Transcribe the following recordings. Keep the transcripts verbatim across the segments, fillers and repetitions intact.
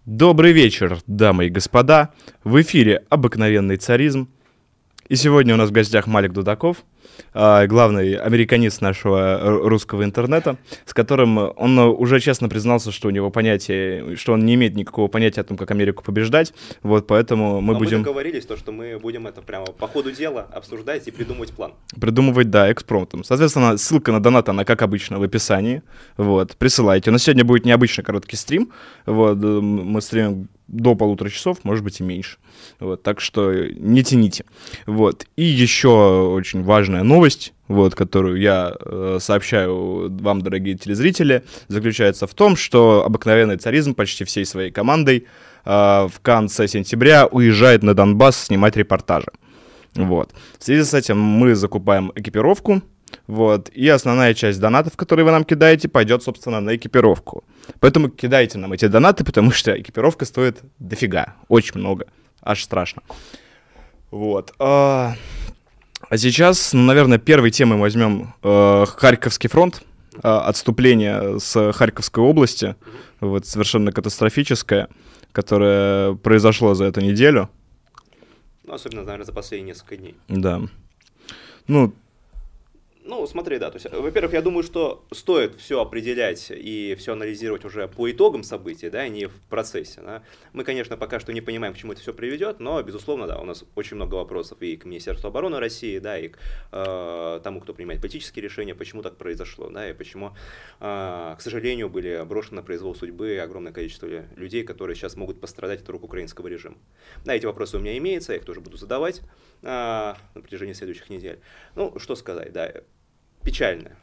Добрый вечер, дамы и господа. В эфире «Обыкновенный царизм». И сегодня у нас в гостях Малик Дудаков, главный американист нашего русского интернета, с которым он уже честно признался, что у него понятие, что он не имеет никакого понятия о том, как Америку побеждать. Вот поэтому мы Но будем... мы договорились, то, что мы будем это прямо по ходу дела обсуждать и придумывать план. Придумывать, да, экспромтом. Соответственно, ссылка на донат, она, как обычно, в описании. Вот, присылайте. У нас сегодня будет необычный короткий стрим. Вот, мы стримим до полутора часов, может быть и меньше. Вот, так что не тяните. Вот. И еще очень важная новость, вот, которую я э, сообщаю вам, дорогие телезрители, заключается в том, что «Обыкновенный царизм» почти всей своей командой э, в конце сентября уезжает на Донбасс снимать репортажи. Вот. В связи с этим мы закупаем экипировку. Вот, и основная часть донатов, которые вы нам кидаете, пойдет, собственно, на экипировку. Поэтому кидайте нам эти донаты, потому что экипировка стоит дофига, очень много, аж страшно. Вот. А, а сейчас, ну, наверное, первой темой возьмем э, Харьковский фронт, э, отступление с Харьковской области, вот, совершенно катастрофическое, которое произошло за эту неделю. Ну, особенно, наверное, за последние несколько дней. Да. Ну, Ну, смотри, да, то есть, во-первых, я думаю, что стоит все определять и все анализировать уже по итогам событий, да, не в процессе, да. Мы, конечно, пока что не понимаем, к чему это все приведет, но, безусловно, да, у нас очень много вопросов и к Министерству обороны России, да, и к э, тому, кто принимает политические решения, почему так произошло, да, и почему, э, к сожалению, были брошены на произвол судьбы огромное количество людей, которые сейчас могут пострадать от рук украинского режима. Да, эти вопросы у меня имеются, я их тоже буду задавать э, на протяжении следующих недель. Ну, что сказать, да. Печальная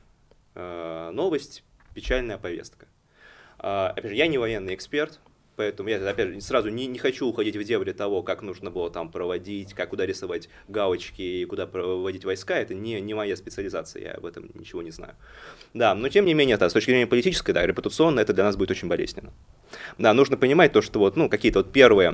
э, новость, печальная повестка. Э, опять же, я не военный эксперт, поэтому я опять же, сразу не, не хочу уходить в дебри того, как нужно было там проводить, как куда рисовать галочки и куда проводить войска. Это не, не моя специализация, я об этом ничего не знаю. Да, но тем не менее, да, с точки зрения политической, да, репутационной, это для нас будет очень болезненно. Да, нужно понимать то, что вот, ну, какие-то вот первые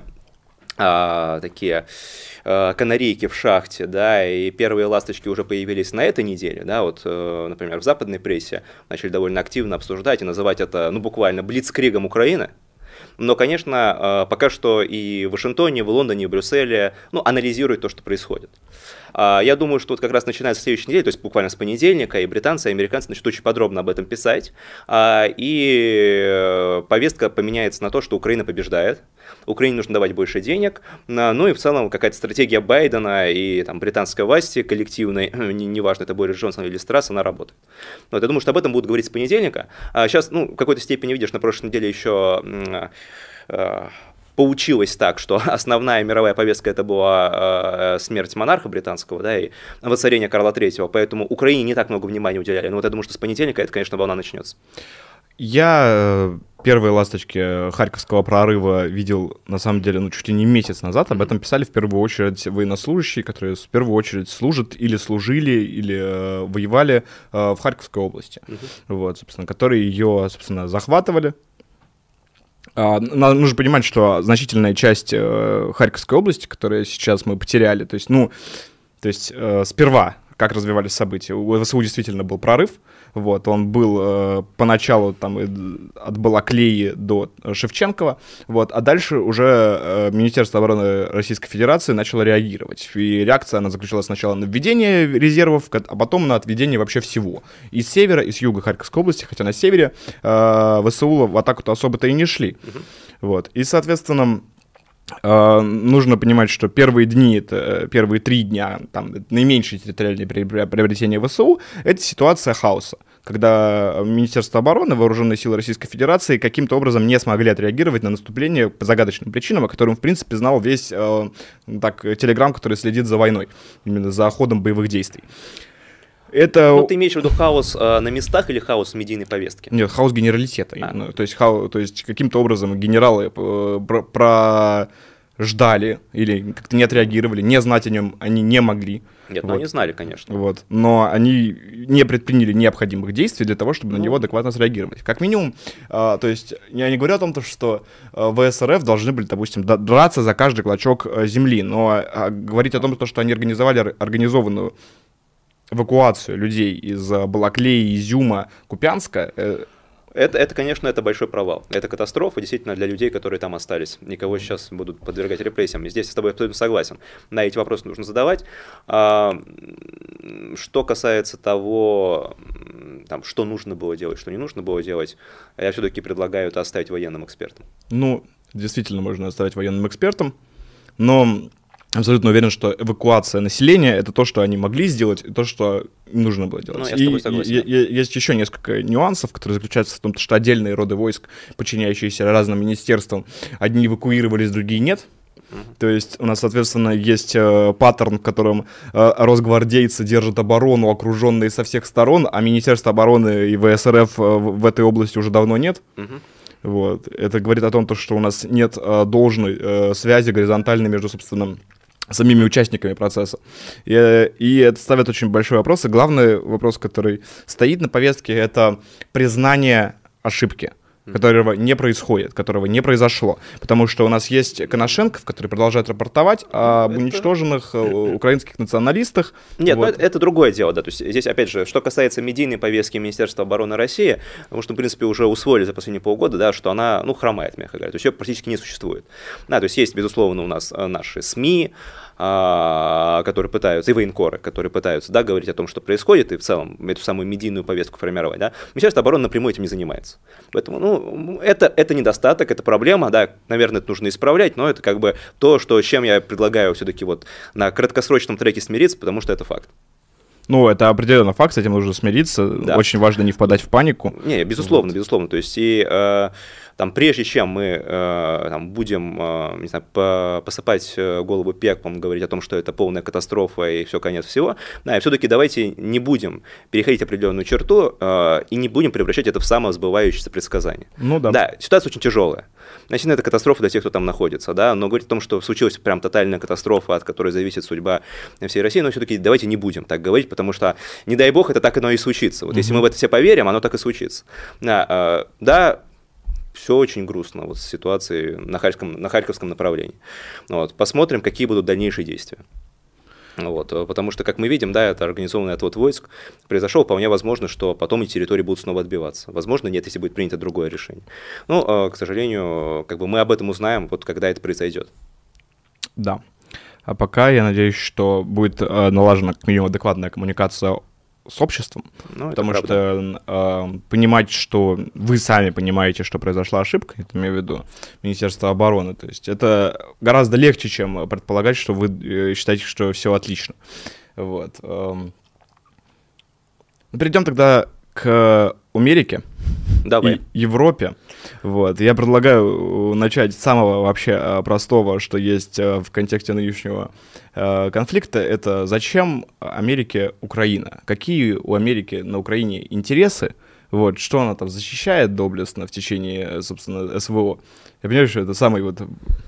А, такие а, канарейки в шахте, да, и первые ласточки уже появились на этой неделе, да, вот, э, например, в западной прессе начали довольно активно обсуждать и называть это, ну, буквально блицкригом Украины. Но, конечно, пока что и в Вашингтоне, и в Лондоне, и в Брюсселе, ну, анализируют то, что происходит. Я думаю, что вот как раз начиная с следующей недели, то есть буквально с понедельника, и британцы, и американцы начнут очень подробно об этом писать, и повестка поменяется на то, что Украина побеждает, Украине нужно давать больше денег, ну и в целом какая-то стратегия Байдена и там, британской власти коллективной, неважно, это Борис Джонсон или Страс, она работает. Вот, я думаю, что об этом будут говорить с понедельника. А сейчас, ну, в какой-то степени, видишь, на прошлой неделе еще получилось так, что основная мировая повестка это была э, смерть монарха британского, да, и воцарение Карла третьего, поэтому Украине не так много внимания уделяли. Но вот я думаю, что с понедельника это, конечно, волна начнется. Я первые ласточки Харьковского прорыва видел, на самом деле, ну, чуть ли не месяц назад. Об этом писали в первую очередь военнослужащие, которые в первую очередь служат или служили, или э, воевали э, в Харьковской области. Uh-huh. Вот, собственно, которые ее, собственно, захватывали. Нужно понимать, что значительная часть э, Харьковской области, которую сейчас мы потеряли, то есть, ну, то есть э, сперва, как развивались события, у ВСУ действительно был прорыв, вот, он был э, поначалу там от Балаклеи до Шевченкова, вот, а дальше уже э, Министерство обороны Российской Федерации начало реагировать, и реакция, она заключалась сначала на введение резервов, а потом на отведение вообще всего, и с севера, и с юга Харьковской области, хотя на севере э, ВСУ в атаку-то особо-то и не шли, uh-huh. Вот, и, соответственно, Uh, нужно понимать, что первые дни, это первые три дня, там, наименьшее территориальное приобретение ВСУ, это ситуация хаоса, когда Министерство обороны, Вооруженные силы Российской Федерации каким-то образом не смогли отреагировать на наступление по загадочным причинам, о котором, в принципе, знал весь uh, так, Телеграм, который следит за войной, именно за ходом боевых действий. Это... Ну, ты имеешь в виду хаос э, на местах или хаос в медийной повестке? Нет, хаос генералитета. А. То есть, хаос, то есть каким-то образом генералы э, про... ждали или как-то не отреагировали, не знать о нем они не могли. Нет, вот. Ну они знали, конечно. Вот. Но они не предприняли необходимых действий для того, чтобы ну. на него адекватно среагировать. Как минимум, э, то есть я не говорю о том, что э, ВСРФ должны были, допустим, драться за каждый клочок э, земли, но э, говорить о том, что они организовали организованную эвакуацию людей из Балаклеи, Изюма, Купянска, Это, это, конечно, это большой провал. Это катастрофа действительно для людей, которые там остались. Никого сейчас будут подвергать репрессиям. И здесь я с тобой абсолютно согласен. На эти вопросы нужно задавать. А, что касается того, там, что нужно было делать, что не нужно было делать, я все-таки предлагаю это оставить военным экспертам. Ну, действительно, можно оставить военным экспертам, но абсолютно уверен, что эвакуация населения — это то, что они могли сделать, и то, что им нужно было делать. Ну, я с тобой согласен. И, и, и есть еще несколько нюансов, которые заключаются в том, что отдельные роды войск, подчиняющиеся разным министерствам, одни эвакуировались, другие нет. Uh-huh. То есть у нас, соответственно, есть э, паттерн, в котором э, росгвардейцы держат оборону, окруженные со всех сторон, а Министерство обороны и ВСРФ э, в, в этой области уже давно нет. Uh-huh. Вот. Это говорит о том, что у нас нет э, должной э, связи горизонтальной между, собственно, самими участниками процесса. И, и это ставит очень большой вопрос. И главный вопрос, который стоит на повестке, это признание ошибки, которого не происходит, которого не произошло. Потому что у нас есть Коношенков, который продолжает рапортовать об это... уничтоженных украинских националистах. Нет, вот. ну это, это другое дело. Да. То есть здесь, опять же, что касается медийной повестки Министерства обороны России, потому что, в принципе, уже усвоили за последние полгода, да, что она, ну, хромает, мягко говоря. То есть ее практически не существует. Да, то есть есть, безусловно, у нас наши СМИ, которые пытаются, и военкоры, которые пытаются, да, говорить о том, что происходит, и в целом эту самую медийную повестку формировать, да. Министерство обороны напрямую этим не занимается. Поэтому, ну, это, это недостаток, это проблема, да, наверное, это нужно исправлять, но это как бы то, что, с чем я предлагаю все-таки вот на краткосрочном треке смириться, потому что это факт. Ну, это определенно факт, с этим нужно смириться. Да. Очень важно не впадать в панику. Не, безусловно, вот. безусловно. То есть, и э, там, прежде чем мы э, там, будем э, не знаю, по посыпать голову пеплом, говорить о том, что это полная катастрофа и все, конец всего, да, все-таки давайте не будем переходить определенную черту э, и не будем превращать это в самосбывающееся предсказание. Ну да. Да, ситуация очень тяжелая. Значит, это катастрофа для тех, кто там находится, да, но говорить о том, что случилась прям тотальная катастрофа, от которой зависит судьба всей России, но все-таки давайте не будем так говорить, потому что, не дай бог, это так оно и случится. Вот mm-hmm. если мы в это все поверим, оно так и случится. Да, э, да, все очень грустно вот с ситуацией на, Харьковском, на Харьковском направлении. Вот, посмотрим, какие будут дальнейшие действия. Вот, потому что, как мы видим, да, это организованный отвод войск произошел, вполне возможно, что потом эти территории будут снова отбиваться. Возможно, нет, если будет принято другое решение. Но, к сожалению, как бы мы об этом узнаем, вот когда это произойдет. Да. А пока я надеюсь, что будет э, налажена как минимум адекватная коммуникация с обществом, ну, потому что э, понимать, что вы сами понимаете, что произошла ошибка, это имею в виду Министерство обороны, то есть это гораздо легче, чем предполагать, что вы э, считаете, что все отлично. Вот. Э, перейдем тогда к Америке. Давай. И Европе. Вот. Я предлагаю начать с самого вообще простого, что есть в контексте нынешнего конфликта. Это зачем Америке Украина? Какие у Америки на Украине интересы? Вот. Что она там защищает доблестно в течение, собственно, СВО? Я понимаю, что это самый вот...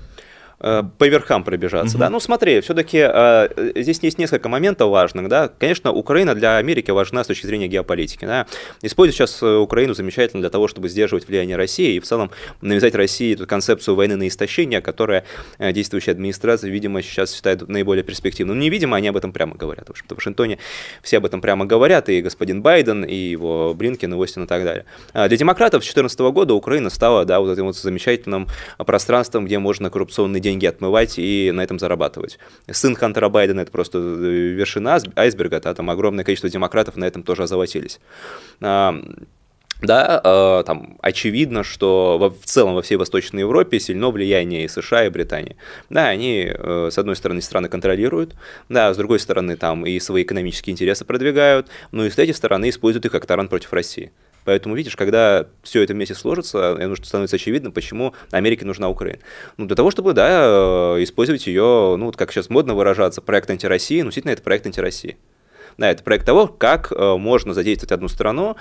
По верхам пробежаться, uh-huh. да. Ну, смотри, все-таки э, здесь есть несколько моментов важных, да. Конечно, Украина для Америки важна с точки зрения геополитики, да. Используют сейчас Украину замечательно для того, чтобы сдерживать влияние России и в целом навязать России эту концепцию войны на истощение, которая э, действующая администрация, видимо, сейчас считает наиболее перспективной. Ну, невидимо, они об этом прямо говорят. В общем-то, в Вашингтоне все об этом прямо говорят, и господин Байден, и его Блинкен, и Остин, и так далее. А для демократов с две тысячи четырнадцатого года Украина стала, да, вот этим вот замечательным пространством, где можно коррупционные деньги отмывать и на этом зарабатывать. Сын Хантера Байдена — это просто вершина айсберга, да, там огромное количество демократов на этом тоже озолотились. А, да, а, там очевидно, что во, в целом во всей Восточной Европе сильно влияние и США, и Британии. Да, они, с одной стороны, страны контролируют, да, с другой стороны, там и свои экономические интересы продвигают, но и с третьей стороны используют их как таран против России. Поэтому, видишь, когда все это вместе сложится, становится очевидно, почему Америке нужна Украина. Ну, для того, чтобы, да, использовать ее, ну, вот как сейчас модно выражаться, проект антироссии, ну, действительно, это проект антироссии. Да, это проект того, как можно задействовать одну страну,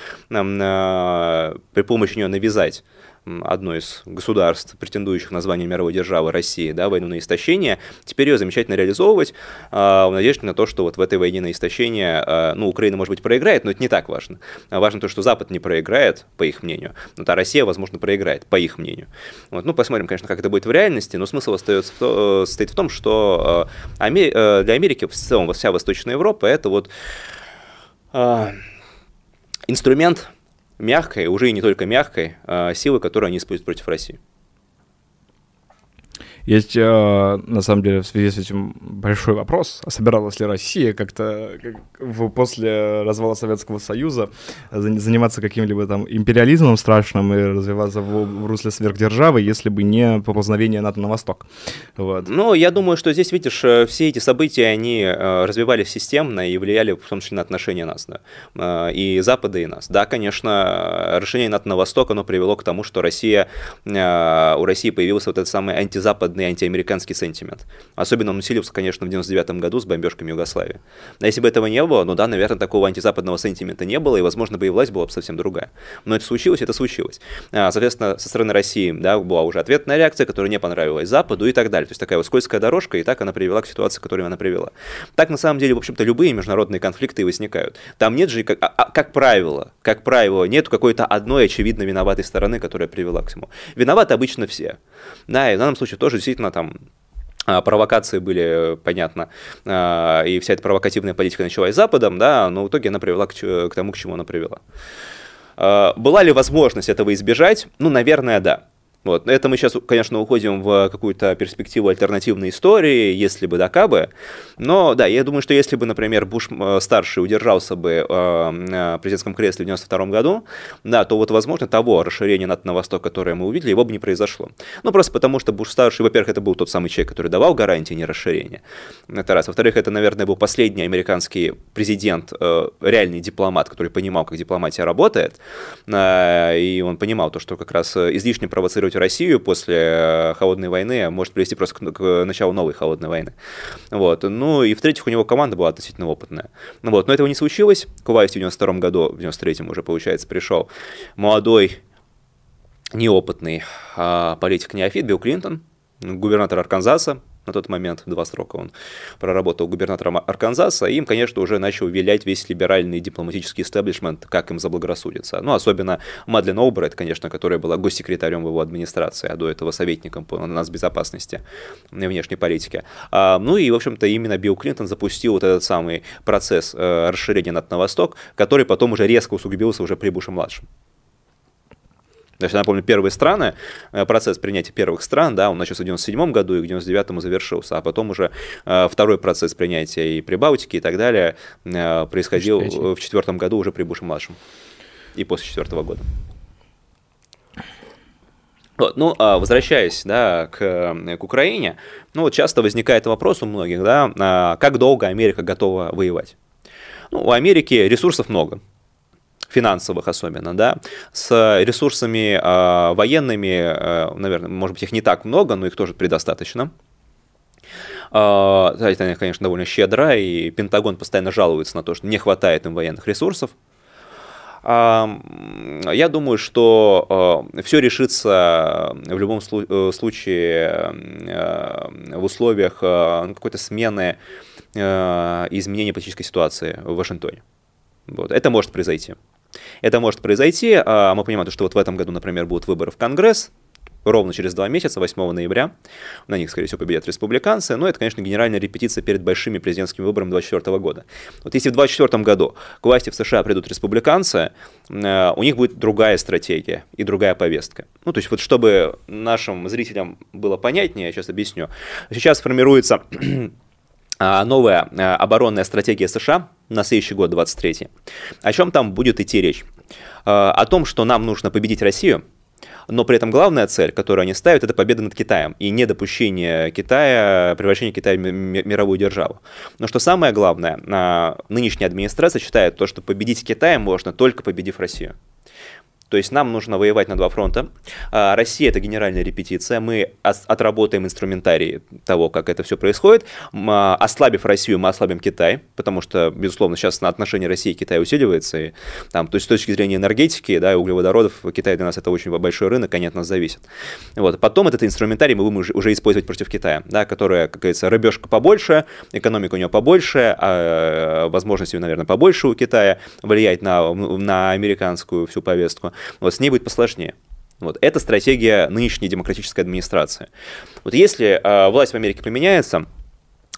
при помощи нее навязать одно из государств, претендующих на звание мировой державы, России, да, войну на истощение, теперь ее замечательно реализовывать э, в надежде на то, что вот в этой войне на истощение, э, ну, Украина, может быть, проиграет, но это не так важно. Важно то, что Запад не проиграет, по их мнению, но та Россия, возможно, проиграет, по их мнению. Вот, ну, посмотрим, конечно, как это будет в реальности, но смысл остается в то, состоит в том, что э, Амер... э, для Америки в целом вся Восточная Европа — это вот э, инструмент мягкой, уже и не только мягкой, силы, которую они используют против России. Есть, на самом деле, в связи с этим большой вопрос, а собиралась ли Россия как-то как, в, после развала Советского Союза заниматься каким-либо там империализмом страшным и развиваться в, в русле сверхдержавы, если бы не поползновение НАТО на восток? Вот. Ну, я думаю, что здесь, видишь, все эти события, они развивались системно и влияли в том числе на отношения нас, да, и Запада, и нас. Да, конечно, расширение НАТО на восток, оно привело к тому, что Россия, у России появился вот этот самый антизападный, антиамериканский сентимент. Особенно он усилился, конечно, в девяносто девятом году с бомбежками Югославии. А если бы этого не было, ну да, наверное, такого антизападного сентимента не было, и, возможно, бы и власть была бы совсем другая. Но это случилось, это случилось. Соответственно, со стороны России, да, была уже ответная реакция, которая не понравилась Западу и так далее. То есть такая вот скользкая дорожка, и так она привела к ситуации, к которой она привела. Так, на самом деле, в общем-то, любые международные конфликты и возникают. Там нет же, как, а, как правило, как правило, нет какой-то одной очевидно виноватой стороны, которая привела к всему. Виноваты обычно все. Да, и в данном случае тоже действительно там провокации были, понятно, и вся эта провокативная политика началась с Западом, да, но в итоге она привела к, к тому, к чему она привела. Была ли возможность этого избежать? Ну, наверное, да. Вот. Это мы сейчас, конечно, уходим в какую-то перспективу альтернативной истории, если бы да кабы. Но да, я думаю, что если бы, например, Буш-старший удержался бы в президентском кресле в девяносто втором году, да, то вот, возможно, того расширения НАТО на восток, которое мы увидели, его бы не произошло. Ну, просто потому что Буш-старший, во-первых, это был тот самый человек, который давал гарантии не расширения. Это раз. Во-вторых, это, наверное, был последний американский президент, реальный дипломат, который понимал, как дипломатия работает. И он понимал то, что как раз излишне провоцировать Россию после холодной войны может привести просто к, к началу новой холодной войны. Вот. Ну и в-третьих, у него команда была относительно опытная. Ну, вот. Но этого не случилось. К власти в девяносто втором году, в девяносто третьем уже, получается, пришел молодой, неопытный а, политик-неофит Билл Клинтон, губернатор Арканзаса. На тот момент, два срока он проработал губернатором Арканзаса, и им, конечно, уже начал вилять весь либеральный дипломатический истеблишмент, как им заблагорассудится. Ну, особенно Мадлен Олбрайт, конечно, которая была госсекретарем в его администрации, а до этого советником по нацбезопасности и внешней политике. А, ну и, в общем-то, именно Билл Клинтон запустил вот этот самый процесс э, расширения НАТО на восток, который потом уже резко усугубился уже при Буше-младшем. Значит, я напомню, первые страны, процесс принятия первых стран, да, он начался в девяносто седьмом году и к девяносто девятому завершился, а потом уже э, второй процесс принятия и Прибалтики и так далее э, происходил в четвертом году уже при Буше-младшем и после четвертого года. Вот, ну, а возвращаясь, да, к, к Украине, ну, вот часто возникает вопрос у многих, да, а как долго Америка готова воевать? Ну, у Америки ресурсов много. Финансовых особенно, да, с ресурсами э, военными, э, наверное, может быть, их не так много, но их тоже предостаточно. Э, это, конечно, довольно щедро, и Пентагон постоянно жалуется на то, что не хватает им военных ресурсов. Э, я думаю, что э, все решится в любом слу- случае э, в условиях э, какой-то смены э, и изменения политической ситуации в Вашингтоне. Вот. Это может произойти. Это может произойти. Мы понимаем, что вот в этом году, например, будут выборы в Конгресс, ровно через два месяца, восьмого ноября. На них, скорее всего, победят республиканцы. Но это, конечно, генеральная репетиция перед большими президентскими выборами двадцать четвёртого года. Вот если в двадцать четвёртом году к власти в США придут республиканцы, у них будет другая стратегия и другая повестка. Ну, то есть, вот чтобы нашим зрителям было понятнее, я сейчас объясню. Сейчас формируется новая оборонная стратегия США на следующий год, двадцать третий. О чем там будет идти речь? О том, что нам нужно победить Россию, но при этом главная цель, которую они ставят, это победа над Китаем и недопущение Китая, превращение Китая в мировую державу. Но что самое главное, нынешняя администрация считает то, что победить Китай можно только победив Россию. То есть нам нужно воевать на два фронта. Россия — это генеральная репетиция. Мы отработаем инструментарий того, как это все происходит. Ослабив Россию, мы ослабим Китай, потому что, безусловно, сейчас отношения России и Китая усиливаются. И, там, то есть с точки зрения энергетики, да, и углеводородов, Китай для нас это очень большой рынок, они от нас зависят. Вот. Потом этот инструментарий мы будем уже использовать против Китая, да, которая, как говорится, рыбешка побольше, экономика у нее побольше, а возможности, наверное, побольше у Китая влиять на, на американскую всю повестку. Вот с ней будет посложнее. Вот. Это стратегия нынешней демократической администрации. Вот если э, власть в Америке поменяется,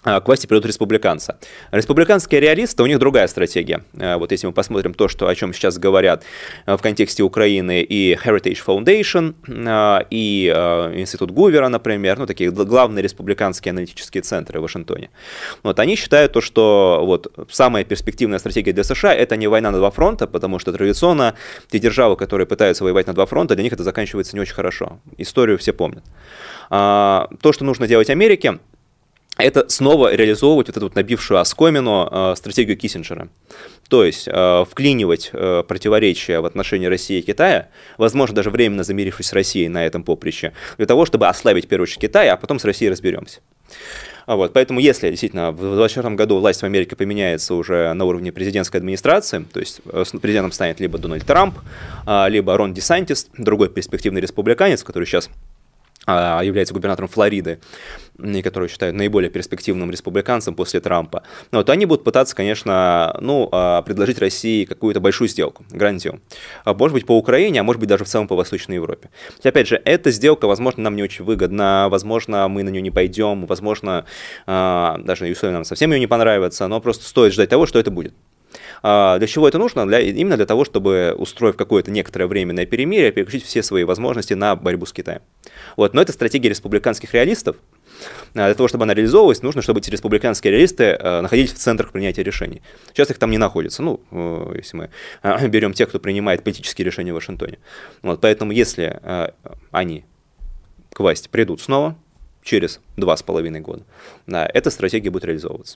к власти придут республиканцы. Республиканские реалисты, у них другая стратегия. Вот если мы посмотрим то, что, о чем сейчас говорят в контексте Украины и Heritage Foundation, и Институт Гувера, например, ну, такие главные республиканские аналитические центры в Вашингтоне. Вот, они считают, то, что вот, самая перспективная стратегия для США – это не война на два фронта, потому что традиционно те державы, которые пытаются воевать на два фронта, для них это заканчивается не очень хорошо. Историю все помнят. То, что нужно делать Америке, это снова реализовывать вот эту вот набившую оскомину э, стратегию Киссинджера. То есть э, вклинивать э, противоречия в отношении России и Китая, возможно, даже временно замирившись с Россией на этом поприще, для того, чтобы ослабить, в первую очередь, Китай, а потом с Россией разберемся. Вот, поэтому если действительно в две тысячи двадцать четвёртом году власть в Америке поменяется уже на уровне президентской администрации, то есть президентом станет либо Дональд Трамп, либо Рон Десантис, другой перспективный республиканец, который сейчас является губернатором Флориды, и которого считают наиболее перспективным республиканцем после Трампа, вот, они будут пытаться, конечно, ну, предложить России какую-то большую сделку, грандиум. Может быть, по Украине, а может быть, даже в целом по Восточной Европе. Опять же, эта сделка, возможно, нам не очень выгодна, возможно, мы на нее не пойдем, возможно, даже и условия нам совсем ее не понравится, но просто стоит ждать того, что это будет. Для чего это нужно? Для, именно для того, чтобы, устроив какое-то некоторое временное перемирие, переключить все свои возможности на борьбу с Китаем. Вот. Но это стратегия республиканских реалистов. Для того, чтобы она реализовывалась, нужно, чтобы эти республиканские реалисты находились в центрах принятия решений. Сейчас их там не находится, ну, если мы берем тех, кто принимает политические решения в Вашингтоне. Вот. Поэтому если они к власти придут снова, через два с половиной года, да, эта стратегия будет реализовываться.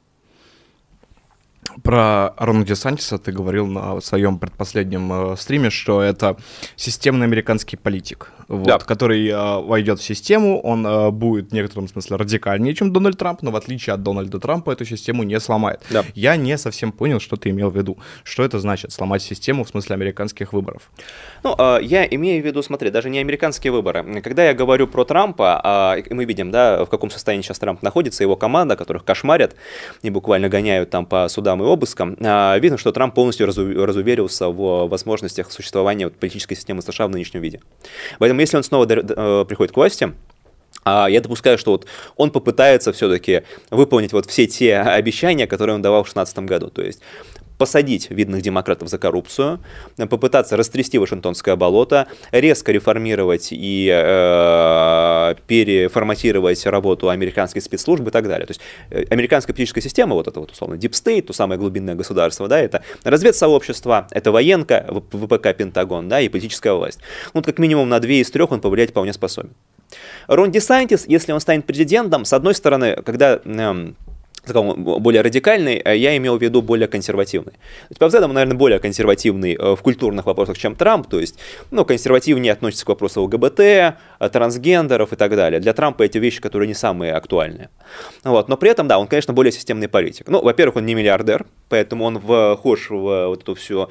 Про Рона Десантиса ты говорил на своем предпоследнем э, стриме, что это системный американский политик, вот, да. который э, войдет в систему, он э, будет в некотором смысле радикальнее, чем Дональд Трамп, но в отличие от Дональда Трампа эту систему не сломает. Да. Я не совсем понял, что ты имел в виду. Что это значит, сломать систему в смысле американских выборов? Ну, э, я имею в виду, смотри, даже не американские выборы. Когда я говорю про Трампа, э, мы видим, да, в каком состоянии сейчас Трамп находится, его команда, которых кошмарят и буквально гоняют там по судам и обыскам, видно, что Трамп полностью разуверился в возможностях существования политической системы США в нынешнем виде. Поэтому, если он снова приходит к власти, я допускаю, что вот он попытается все-таки выполнить вот все те обещания, которые он давал в две тысячи шестнадцатом году. То есть посадить видных демократов за коррупцию, попытаться растрясти Вашингтонское болото, резко реформировать и э, переформатировать работу американской спецслужбы и так далее. То есть американская политическая система, вот это вот условно Deep State, то самое глубинное государство, да, это разведсообщество, это военка, ВПК, Пентагон, да, и политическая власть. Ну, как минимум на две из трех он повлиять вполне способен. Рон Десантис, если он станет президентом, с одной стороны, когда... Э, более радикальный, я имел в виду более консервативный. По взглядам, наверное, более консервативный в культурных вопросах, чем Трамп, то есть, ну, консервативнее относится к вопросу ЛГБТ, трансгендеров и так далее. Для Трампа эти вещи, которые не самые актуальные. Вот. Но при этом, да, он, конечно, более системный политик. Ну, во-первых, он не миллиардер, поэтому он вхож в вот эту всю...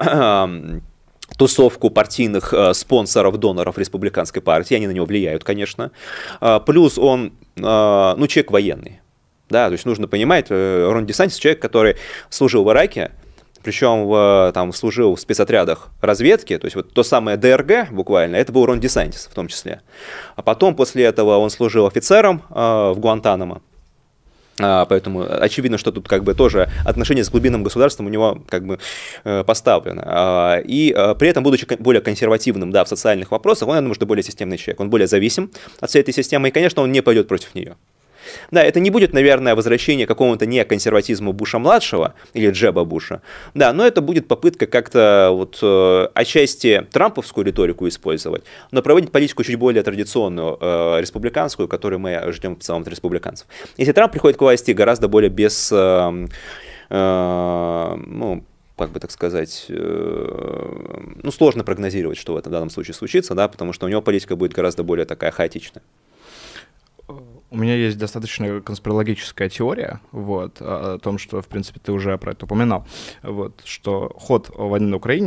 тусовку партийных э, спонсоров, доноров республиканской партии, они на него влияют, конечно. Э, плюс он, э, ну, человек военный. Да, то есть нужно понимать, Рон Десантис человек, который служил в Ираке, причем в, там, служил в спецотрядах разведки, то есть вот то самое ДРГ буквально, это был Рон Десантис в том числе. А потом после этого он служил офицером э, в Гуантанамо. А, поэтому очевидно, что тут как бы тоже отношение с глубинным государством у него как бы э, поставлено. А, и а, при этом, будучи более консервативным, да, в социальных вопросах, он, я думаю, что более системный человек. Он более зависим от всей этой системы, и, конечно, он не пойдет против нее. Да, это не будет, наверное, возвращение к какому-то неконсерватизму Буша-младшего или Джеба Буша, да, но это будет попытка как-то вот э, отчасти трамповскую риторику использовать, но проводить политику чуть более традиционную, э, республиканскую, которую мы ждем в целом от республиканцев. Если Трамп приходит к власти гораздо более без, э, э, ну, как бы так сказать, э, ну, сложно прогнозировать, что в этом данном случае случится, да, потому что у него политика будет гораздо более такая хаотичная. У меня есть достаточно конспирологическая теория, вот, о том, что, в принципе, ты уже про это упоминал, вот, что ход войны на Украине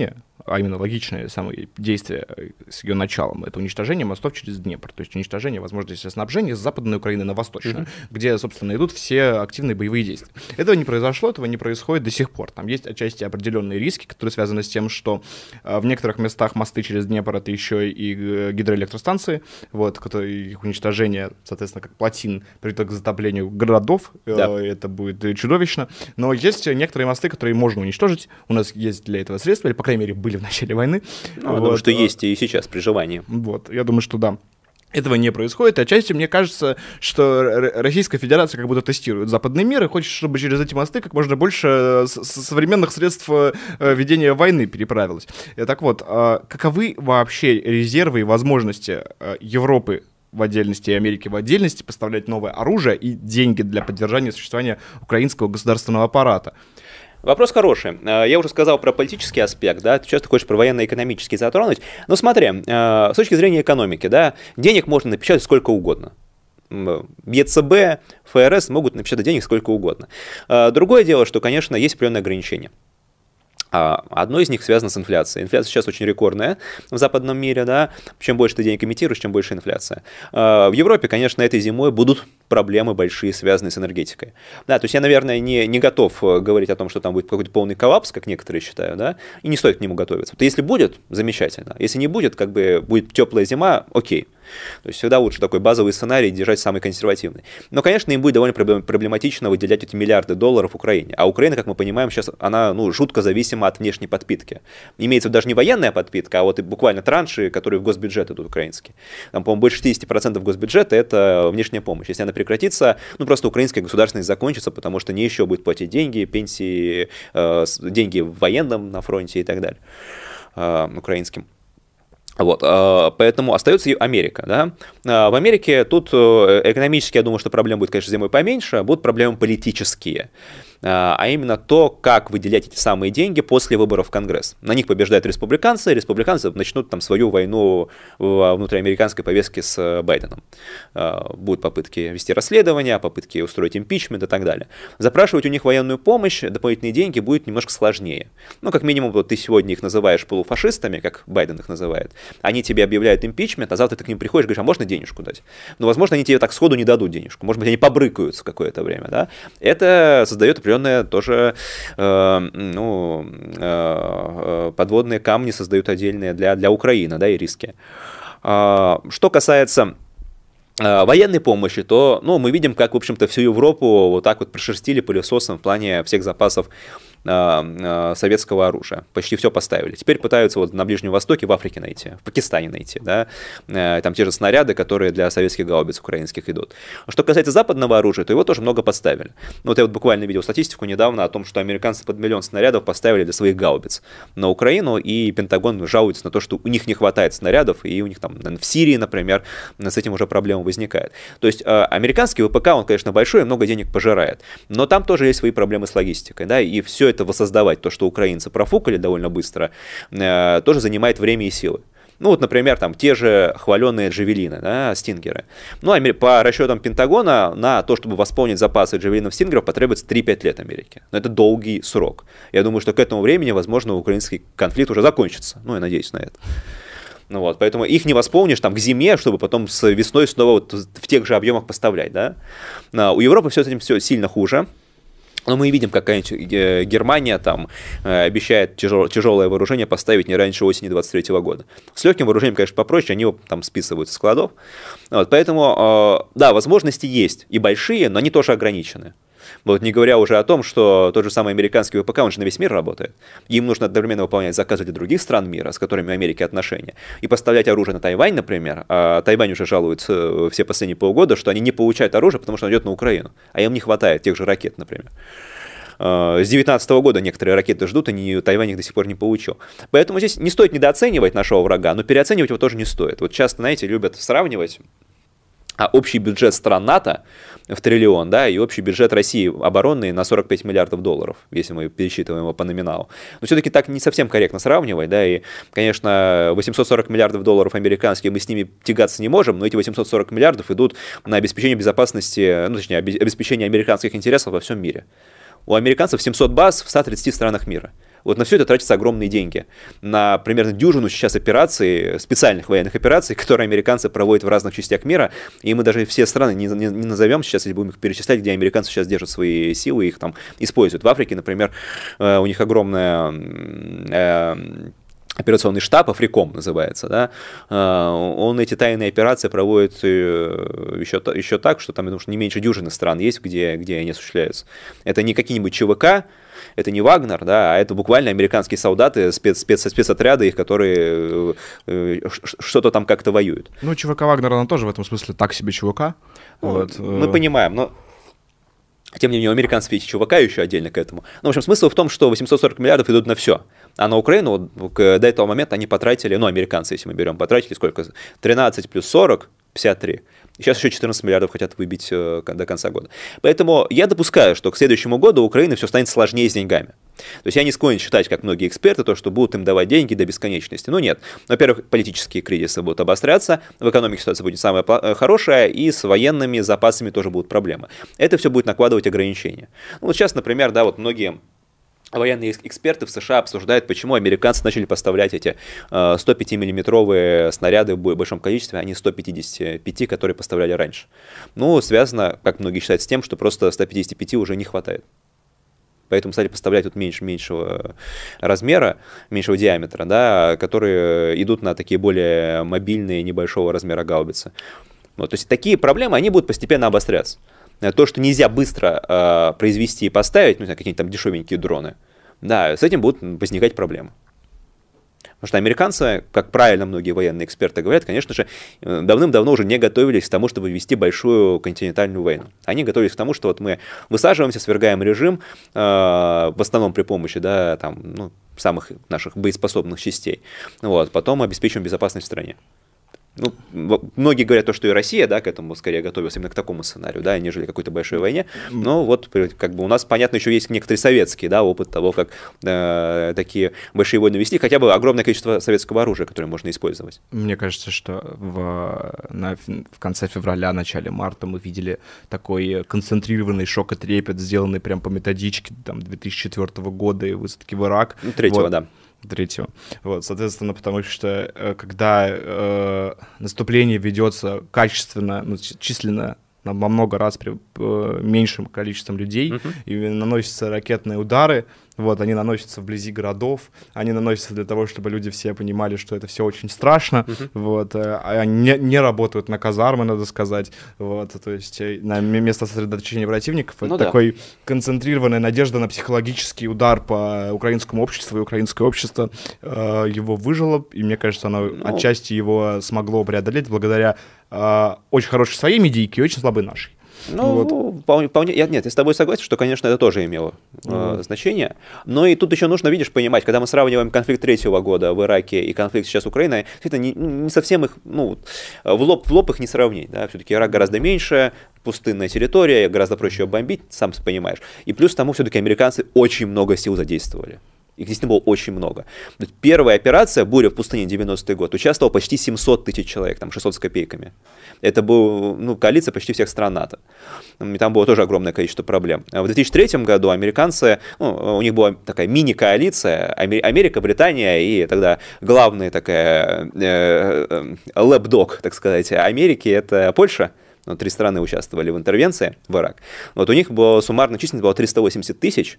а именно логичное самое действие с ее началом, это уничтожение мостов через Днепр, то есть уничтожение возможности снабжения с Западной Украины на Восточную, mm-hmm. где, собственно, идут все активные боевые действия. Этого не произошло, этого не происходит до сих пор. Там есть отчасти определенные риски, которые связаны с тем, что в некоторых местах мосты через Днепр — это еще и гидроэлектростанции, вот, которые, их уничтожение, соответственно, как плотин приведет к затоплению городов, да. Это будет чудовищно. Но есть некоторые мосты, которые можно уничтожить. У нас есть для этого средства, или, по крайней мере, были в начале войны. Ну, вот. Я думаю, что есть и сейчас при желании. Вот, я думаю, что да. Этого не происходит, и отчасти мне кажется, что Российская Федерация как будто тестирует западный мир и хочет, чтобы через эти мосты как можно больше современных средств ведения войны переправилось. Так вот, каковы вообще резервы и возможности Европы в отдельности и Америки в отдельности поставлять новое оружие и деньги для поддержания существования украинского государственного аппарата? Вопрос хороший. Я уже сказал про политический аспект, да, ты сейчас хочешь про военно-экономический затронуть. Но смотри, с точки зрения экономики, да, денег можно напечатать сколько угодно. ЕЦБ, ФРС могут напечатать денег сколько угодно. Другое дело, что, конечно, есть определенные ограничения. Одно из них связано с инфляцией. Инфляция сейчас очень рекордная в западном мире, да. Чем больше ты денег имитируешь, чем больше инфляция. В Европе, конечно, этой зимой будут проблемы большие, связанные с энергетикой. Да, то есть я, наверное, не, не готов говорить о том, что там будет какой-то полный коллапс, как некоторые считают, да, и не стоит к нему готовиться. Вот если будет, замечательно. Если не будет, как бы будет теплая зима, окей. То есть всегда лучше такой базовый сценарий держать самый консервативный. Но, конечно, им будет довольно проблематично выделять эти миллиарды долларов Украине. А Украина, как мы понимаем, сейчас она ну, жутко зависима от внешней подпитки. Имеется даже не военная подпитка, а вот и буквально транши, которые в госбюджет идут украинские. Там, по-моему, больше шестьдесят процентов госбюджета – это внешняя помощь. Если она прекратится, ну просто украинская государственность закончится, потому что не еще будет платить деньги, пенсии, э, деньги военным на фронте и так далее, э, украинским. Вот, поэтому остается и Америка, да. В Америке тут экономически, я думаю, что проблем будет, конечно, зимой поменьше, а будут проблемы политические. А именно то, как выделять эти самые деньги после выборов в Конгресс. На них побеждают республиканцы, республиканцы начнут там свою войну в внутриамериканской повестке с Байденом. Будут попытки вести расследования, попытки устроить импичмент и так далее. Запрашивать у них военную помощь, дополнительные деньги будет немножко сложнее. Ну, как минимум, вот ты сегодня их называешь полуфашистами, как Байден их называет. Они тебе объявляют импичмент, а завтра ты к ним приходишь и говоришь, а можно денежку дать? Ну, возможно, они тебе так сходу не дадут денежку. Может быть, они побрыкаются какое-то время, да? Это создает определенные тоже э, ну, э, подводные камни создают отдельные для, для Украины, да, и риски. Э, что касается э, военной помощи, то ну, мы видим, как, в общем-то, всю Европу вот так вот прошерстили пылесосом в плане всех запасов советского оружия. Почти все поставили. Теперь пытаются вот на Ближнем Востоке, в Африке найти, в Пакистане найти, да, там те же снаряды, которые для советских гаубиц украинских идут. Что касается западного оружия, то его тоже много поставили. Вот я вот буквально видел статистику недавно о том, что американцы под миллион снарядов поставили для своих гаубиц на Украину, и Пентагон жалуется на то, что у них не хватает снарядов, и у них там в Сирии, например, с этим уже проблема возникает. То есть американский ВПК, он, конечно, большой и много денег пожирает, но там тоже есть свои проблемы с логистикой, да, и все это воссоздавать, то, что украинцы профукали довольно быстро, э, тоже занимает время и силы. Ну вот, например, там те же хваленные джавелины, да, стингеры. Ну, по расчетам Пентагона, на то, чтобы восполнить запасы джавелинов стингеров, потребуется три-пять лет Америке. Но это долгий срок. Я думаю, что к этому времени, возможно, украинский конфликт уже закончится. Ну, я надеюсь на это. Ну вот, поэтому их не восполнишь там к зиме, чтобы потом с весной снова вот в тех же объемах поставлять, да. У Европы все с этим все сильно хуже. Но мы видим, как Германия там обещает тяжел, тяжелое вооружение поставить не раньше осени двадцать третьего года. С легким вооружением, конечно, попроще, они его там списывают со складов. Вот, поэтому, да, возможности есть и большие, но они тоже ограничены. Вот, не говоря уже о том, что тот же самый американский ВПК, он же на весь мир работает. Им нужно одновременно выполнять заказы для других стран мира, с которыми у Америки отношения, и поставлять оружие на Тайвань, например. А Тайвань уже жалуется все последние полгода, что они не получают оружие, потому что оно идет на Украину, а им не хватает тех же ракет, например. С две тысячи девятнадцатого года некоторые ракеты ждут, и Тайвань их до сих пор не получил. Поэтому здесь не стоит недооценивать нашего врага, но переоценивать его тоже не стоит. Вот часто, знаете, любят сравнивать общий бюджет стран НАТО в триллион, да, и общий бюджет России оборонный на сорок пять миллиардов долларов, если мы пересчитываем его по номиналу. Но все-таки так не совсем корректно сравнивать, да, и, конечно, восемьсот сорок миллиардов долларов американских, мы с ними тягаться не можем, но эти восемьсот сорок миллиардов идут на обеспечение безопасности, ну, точнее, обеспечение американских интересов во всем мире. У американцев семьсот баз в ста тридцати странах мира. Вот на все это тратятся огромные деньги. На примерно дюжину сейчас операций, специальных военных операций, которые американцы проводят в разных частях мира. И мы даже все страны не, не, не назовем сейчас, если будем их перечислять, где американцы сейчас держат свои силы и их там используют. В Африке, например, у них огромная... операционный штаб, Африком называется, да, он эти тайные операции проводит еще, еще так, что там, потому что не меньше дюжины стран есть, где, где они осуществляются. Это не какие-нибудь ЧВК, это не Вагнер, да, а это буквально американские солдаты, спец, спец, спецотряды их, которые что-то там как-то воюют. Ну, ЧВК Вагнера, она тоже в этом смысле так себе ЧВК. Ну, вот. Мы понимаем, но... Тем не менее, у американцев есть ЧВК еще отдельно к этому. Ну, в общем, смысл в том, что восемьсот сорок миллиардов идут на все. А на Украину до этого момента они потратили, ну, американцы, если мы берем, потратили сколько? тринадцать плюс сорок, пятьдесят три. И сейчас еще четырнадцать миллиардов хотят выбить до конца года. Поэтому я допускаю, что к следующему году у Украины все станет сложнее с деньгами. То есть я не склонен считать, как многие эксперты, то, что будут им давать деньги до бесконечности. Ну нет. Во-первых, политические кризисы будут обостряться, в экономике ситуация будет самая хорошая, и с военными запасами тоже будут проблемы. Это все будет накладывать ограничения. Ну вот сейчас, например, да, вот многие... военные эксперты в США обсуждают, почему американцы начали поставлять эти сто пятимиллиметровые снаряды в большом количестве, а не сто пятьдесят пять, которые поставляли раньше. Ну, связано, как многие считают, с тем, что просто ста пятидесяти пяти уже не хватает. Поэтому стали поставлять вот меньше, меньшего размера, меньшего диаметра, да, которые идут на такие более мобильные, небольшого размера гаубицы. Вот, то есть такие проблемы, они будут постепенно обостряться. То, что нельзя быстро э, произвести и поставить, ну, какие-нибудь там дешевенькие дроны, да, с этим будут возникать проблемы. Потому что американцы, как правильно многие военные эксперты говорят, конечно же, давным-давно уже не готовились к тому, чтобы вести большую континентальную войну. Они готовились к тому, что вот мы высаживаемся, свергаем режим, э, в основном при помощи, да, там, ну, самых наших боеспособных частей, вот, потом обеспечиваем безопасность в стране. Ну, многие говорят то, что и Россия, да, к этому скорее готовилась именно к такому сценарию, да, нежели к какой-то большой войне. Но вот как бы у нас, понятно, еще есть некоторый советский, да, опыт того, как э, такие большие войны вести, хотя бы огромное количество советского оружия, которое можно использовать. Мне кажется, что в, на, в конце февраля, начале марта мы видели такой концентрированный шок и трепет, сделанный прям по методичке там, две тысячи четвёртого года и высадки в Ирак. Третьего, вот. да. Третьего. Вот, соответственно, потому что э, когда э, наступление ведется качественно, ну, численно во много раз при э, меньшим количеством людей, uh-huh. и наносятся ракетные удары, вот, они наносятся вблизи городов, они наносятся для того, чтобы люди все понимали, что это все очень страшно, uh-huh. вот, э, они не, не работают на казармы, надо сказать, вот, то есть на место сосредоточения противников, ну, это да. такой концентрированная надежда на психологический удар по украинскому обществу, и украинское общество э, его выжило, и мне кажется, оно ну. отчасти его смогло преодолеть благодаря э, очень хорошей своей медийке и очень слабой нашей. Ну, вот. вполне, вполне, я, нет, я с тобой согласен, что, конечно, это тоже имело mm-hmm. э, значение, но и тут еще нужно, видишь, понимать, когда мы сравниваем конфликт третьего года в Ираке и конфликт сейчас с Украиной, это не, не совсем их, ну, в лоб, в лоб их не сравнить, да, все-таки Ирак гораздо меньше, пустынная территория, гораздо проще ее бомбить, сам понимаешь, и плюс к тому все-таки американцы очень много сил задействовали. Их действительно было очень много. Первая операция «Буря в пустыне» девяностый год участвовало почти семьсот тысяч человек, там шестьсот с копейками. Это была ну, коалиция почти всех стран НАТО. И там было тоже огромное количество проблем. В две тысячи третьем году американцы, ну, у них была такая мини-коалиция, Америка, Британия и тогда главная такая э, лэп-дог, так сказать, Америки, это Польша. Ну, три страны участвовали в интервенции в Ирак. Вот у них была суммарная численность была триста восемьдесят тысяч.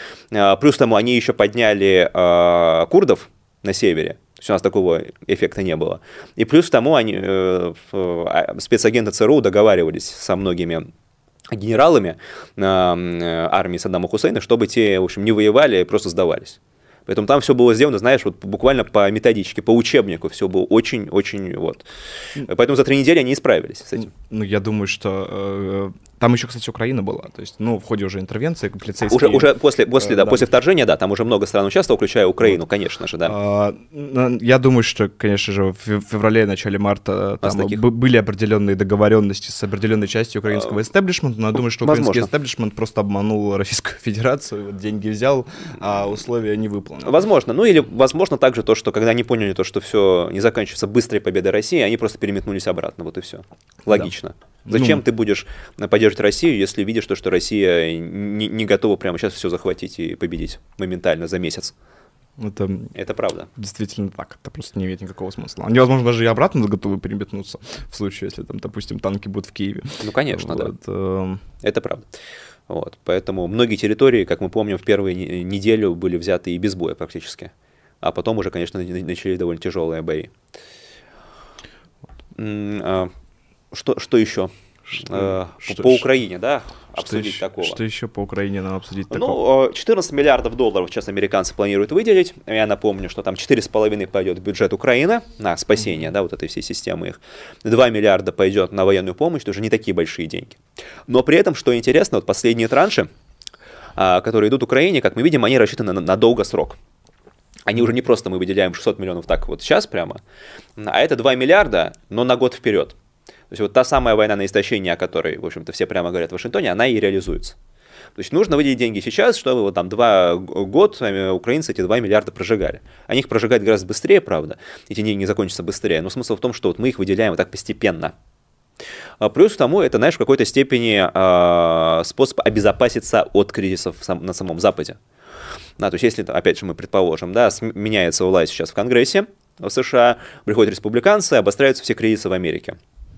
Плюс тому они еще подняли э, курдов на севере. То есть у нас такого эффекта не было. И плюс к тому они, э, э, спецагенты ЦРУ договаривались со многими генералами э, армии Саддама Хусейна, чтобы те, в общем, не воевали, просто сдавались. Поэтому там все было сделано, знаешь, вот буквально по методичке, по учебнику, все было очень-очень, вот. Поэтому за три недели они исправились с этим. Ну, я думаю, что... Э, там еще, кстати, Украина была, то есть, ну, в ходе уже интервенции, полицейские... Уже, уже после, после, э, да, да. после вторжения, да, там уже много стран участвовало, включая Украину, вот. Конечно же, да. А, я думаю, что, конечно же, в феврале, начале марта там таких... были определенные договоренности с определенной частью украинского эстеблишмента, но я думаю, что украинский эстеблишмент просто обманул Российскую Федерацию, вот деньги взял, а условия не выполнил. Возможно, ну или возможно также то, что когда они поняли то, что все не заканчивается быстрой победой России, они просто переметнулись обратно, вот и все. Логично. Да. Зачем Ну, ты будешь поддерживать Россию, если видишь, то, что Россия не, не готова прямо сейчас все захватить и победить моментально за месяц? это Это правда. действительно так. Это просто не имеет никакого смысла. Они, возможно, даже и обратно готовы переметнуться в случае, если там, допустим, танки будут в Киеве. Ну, конечно, да. Вот, эм, Это правда. Вот. Поэтому многие территории, как мы помним, в первую не- неделю были взяты и без боя практически. А потом уже, конечно, на- начались довольно тяжелые бои. М, а, Что, что еще? Что- Э, что- По что- Украине, да, Что обсудить еще, такого. что еще по Украине нам обсудить такого? Ну, э, четырнадцать миллиардов долларов сейчас американцы планируют выделить. Я напомню, что там четыре с половиной пойдет в бюджет Украины на спасение, да, вот этой всей системы их. два миллиарда пойдет на военную помощь, тоже не такие большие деньги. Но при этом, что интересно, вот последние транши, а, которые идут Украине, как мы видим, они рассчитаны на, на долгосрок. Они уже не просто мы выделяем шестьсот миллионов так вот сейчас прямо, а это два миллиарда, но на год вперед. То есть вот та самая война на истощение, о которой, в общем-то, все прямо говорят в Вашингтоне, она и реализуется. То есть нужно выделить деньги сейчас, чтобы вот там два год украинцы эти два миллиарда прожигали. Они их прожигают гораздо быстрее, правда, эти деньги закончатся быстрее, но смысл в том, что вот мы их выделяем вот так постепенно. А плюс к тому, это, знаешь, в какой-то степени э, способ обезопаситься от кризисов сам, на самом Западе. Да, то есть если, опять же, мы предположим, да, меняется власть сейчас в Конгрессе в США, приходят республиканцы, обостряются все кризисы в Америке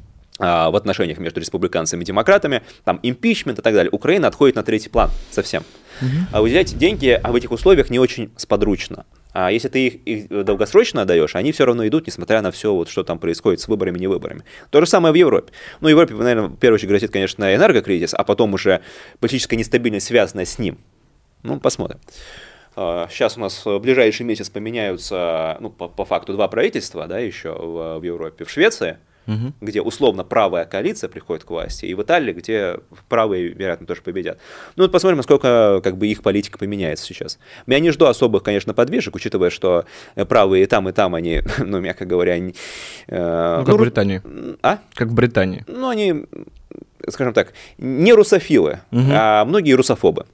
в отношениях между республиканцами и демократами, там импичмент и так далее, Украина отходит на третий план совсем. Uh-huh. А выделять деньги в этих условиях не очень сподручно. А если ты их, их долгосрочно отдаешь, они все равно идут, несмотря на все, вот, что там происходит с выборами и не выборами. То же самое в Европе. Ну, в Европе, наверное, в первую очередь грозит, конечно, энергокризис, а потом уже политическая нестабильность, связанная с ним. Ну, посмотрим. Сейчас у нас в ближайший месяц поменяются, ну, по, по факту, два правительства, да, еще в, в Европе. В Швеции, угу. где условно правая коалиция приходит к власти, и в Италии, где правые, вероятно, тоже победят. Ну, вот посмотрим, насколько как бы их политика поменяется сейчас. Я не жду особых, конечно, подвижек, учитывая, что правые и там, и там они, ну, мягко говоря... Не, э, ну, как ну, в Британии. А? Как в Британии. Ну, они, скажем так, не русофилы, угу. а многие русофобы.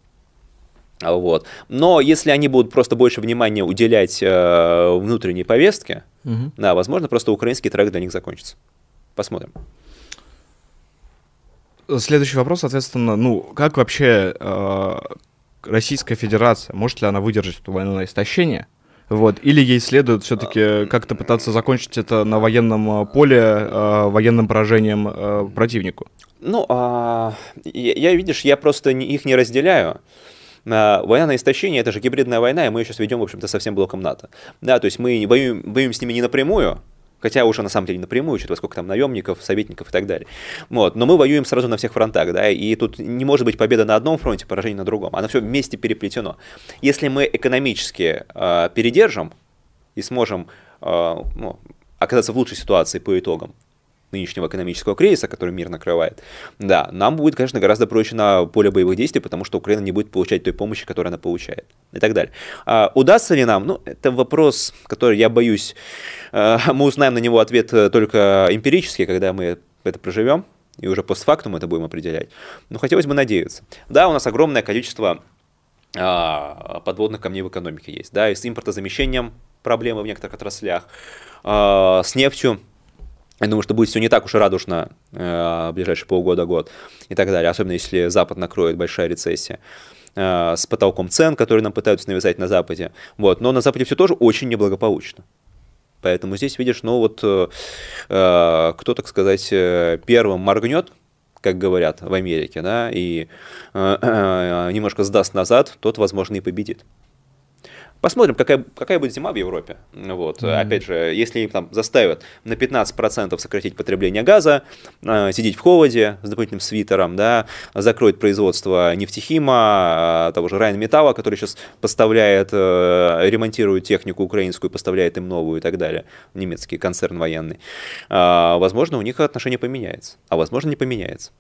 Вот. Но если они будут просто больше внимания уделять э, внутренней повестке, угу. да, возможно, просто украинский трек для них закончится. Посмотрим. Следующий вопрос, соответственно, ну, как вообще э, Российская Федерация, может ли она выдержать это военное истощение? Вот, или ей следует все-таки как-то пытаться закончить это на военном поле, э, военным поражением э, противнику? Ну, а, я, я, видишь, я просто не, их не разделяю. Война на истощение – это же гибридная война, и мы ее сейчас ведем, в общем-то, со всем блоком НАТО. Да, то есть мы воюем, воюем с ними не напрямую, хотя уже на самом деле напрямую, учитывая, сколько там наемников, советников и так далее. Вот, но мы воюем сразу на всех фронтах, да, и тут не может быть победа на одном фронте, поражение на другом. Оно все вместе переплетено. Если мы экономически э, передержим и сможем э, ну, оказаться в лучшей ситуации по итогам нынешнего экономического кризиса, который мир накрывает, да, нам будет, конечно, гораздо проще на поле боевых действий, потому что Украина не будет получать той помощи, которую она получает, и так далее. А удастся ли нам? Ну, это вопрос, который, я боюсь, мы узнаем на него ответ только эмпирически, когда мы это проживем, и уже постфактум это будем определять. Но хотелось бы надеяться. Да, у нас огромное количество подводных камней в экономике есть, да, и с импортозамещением проблемы в некоторых отраслях, с нефтью. Я думаю, что будет все не так уж и радужно э, в ближайшие полгода-год и так далее, особенно если Запад накроет большая рецессия э, с потолком цен, которые нам пытаются навязать на Западе. Вот. Но на Западе все тоже очень неблагополучно. Поэтому здесь, видишь, ну вот э, э, кто, так сказать, первым моргнет, как говорят в Америке, да, и э, э, немножко сдаст назад, тот, возможно, и победит. Посмотрим, какая, какая будет зима в Европе. Вот. Mm-hmm. Опять же, если им там заставят на пятнадцать процентов сократить потребление газа, э, сидеть в холоде с дополнительным свитером, да, закроют производство нефтехима, э, того же Райнметалла, который сейчас поставляет, э, ремонтирует технику украинскую, поставляет им новую и так далее, немецкий концерн военный, э, возможно, у них отношение поменяется, а возможно, не поменяется.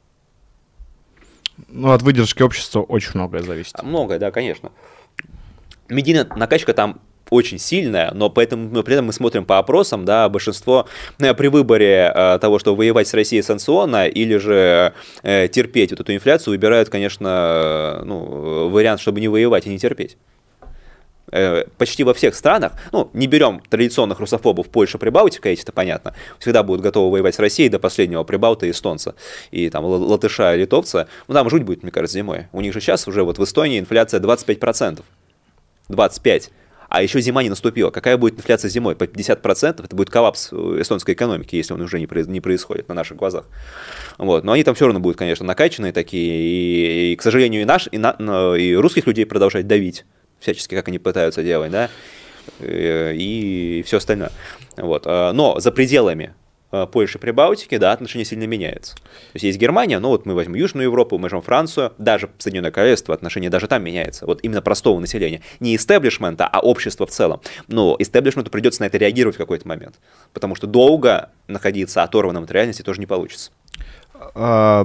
Ну, от выдержки общества очень многое зависит. Многое, да, конечно. Медийная накачка там очень сильная, но поэтому, но при этом мы смотрим по опросам, да, большинство э, при выборе э, того, чтобы воевать с Россией санкционно или же э, терпеть вот эту инфляцию, выбирают, конечно, э, ну, вариант, чтобы не воевать и не терпеть. почти во всех странах, ну, не берем традиционных русофобов, Польша, Прибалтика, эти-то понятно, всегда будут готовы воевать с Россией до последнего прибалта и эстонца, и там латыша, и литовца, ну, там жуть будет, мне кажется, зимой. У них же сейчас уже вот в Эстонии инфляция двадцать пять процентов. двадцать пять процентов. А еще зима не наступила. Какая будет инфляция зимой? По пятьдесят процентов. Это будет коллапс эстонской экономики, если он уже не происходит на наших глазах. Вот. Но они там все равно будут, конечно, накачанные такие. И, и к сожалению, и, наш, и, на, и русских людей продолжать давить. Всячески, как они пытаются делать, да, и, и все остальное. Вот. Но за пределами Польши, Прибалтики, да, отношения сильно меняются. То есть есть Германия, но вот мы возьмем Южную Европу, мы возьмем Францию, даже Соединенное Королевство, отношения даже там меняются. Вот именно простого населения. Не истеблишмента, а общества в целом. Но истеблишменту придется на это реагировать в какой-то момент. Потому что долго находиться оторванным от реальности тоже не получится. А,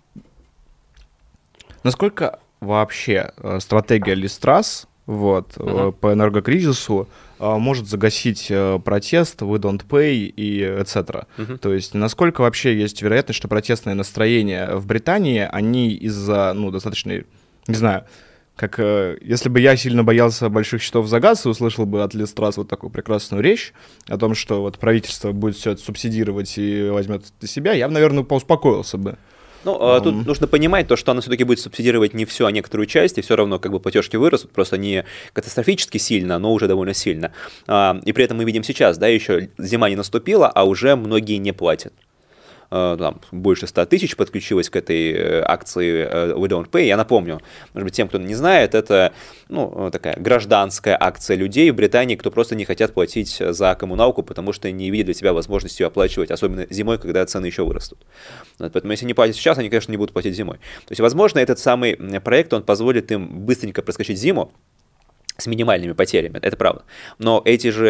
насколько вообще стратегия Ли Страс вот, uh-huh. по энергокризису может загасить протест, we don't pay и et cetera. Uh-huh. То есть насколько вообще есть вероятность, что протестные настроения в Британии, они из-за, ну, достаточно, не знаю, как если бы я сильно боялся больших счетов за газ и услышал бы от Ли Страс вот такую прекрасную речь о том, что вот правительство будет все это субсидировать и возьмет это на себя, я бы, наверное, поуспокоился бы. Ну, um. тут нужно понимать то, что она все-таки будет субсидировать не все, а некоторую часть, и все равно как бы платежки вырастут, просто не катастрофически сильно, но уже довольно сильно. И при этом мы видим сейчас, да, еще зима не наступила, а уже многие не платят. Там, больше ста тысяч подключилось к этой акции We Don't Pay. Я напомню, может быть, тем, кто не знает, это, ну, такая гражданская акция людей в Британии, кто просто не хотят платить за коммуналку, потому что не видят для себя возможности ее оплачивать, особенно зимой, когда цены еще вырастут. Поэтому если не платят сейчас, они, конечно, не будут платить зимой. То есть, возможно, этот самый проект, он позволит им быстренько проскочить зиму с минимальными потерями, это правда. Но эти же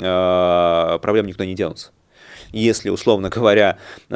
э, проблемы никто не денутся. Если, условно говоря,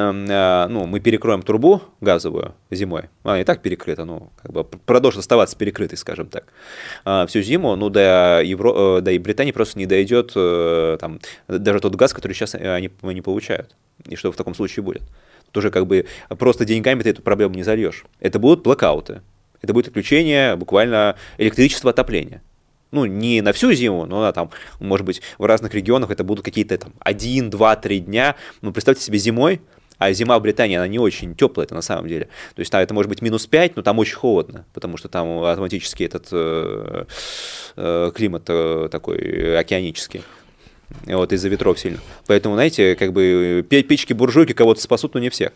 ну, мы перекроем трубу газовую зимой, она и так перекрыта, ну, как бы продолжит оставаться перекрытой, скажем так, всю зиму, ну, до, Евро... до Британии просто не дойдет там, даже тот газ, который сейчас они не получают. И что в таком случае будет? Тут уже как бы просто деньгами ты эту проблему не зальешь. Это будут блэкауты, это будет отключение буквально электричества, отопления. Ну, не на всю зиму, но там, может быть, в разных регионах это будут какие-то там один, два, три дня. Ну, представьте себе зимой, а зима в Британии, она не очень теплая это на самом деле. То есть там это может быть минус пять, но там очень холодно, потому что там автоматически этот э, э, климат э, такой океанический. Вот, из-за ветров сильно. Поэтому, знаете, как бы печки-буржуйки кого-то спасут, но не всех.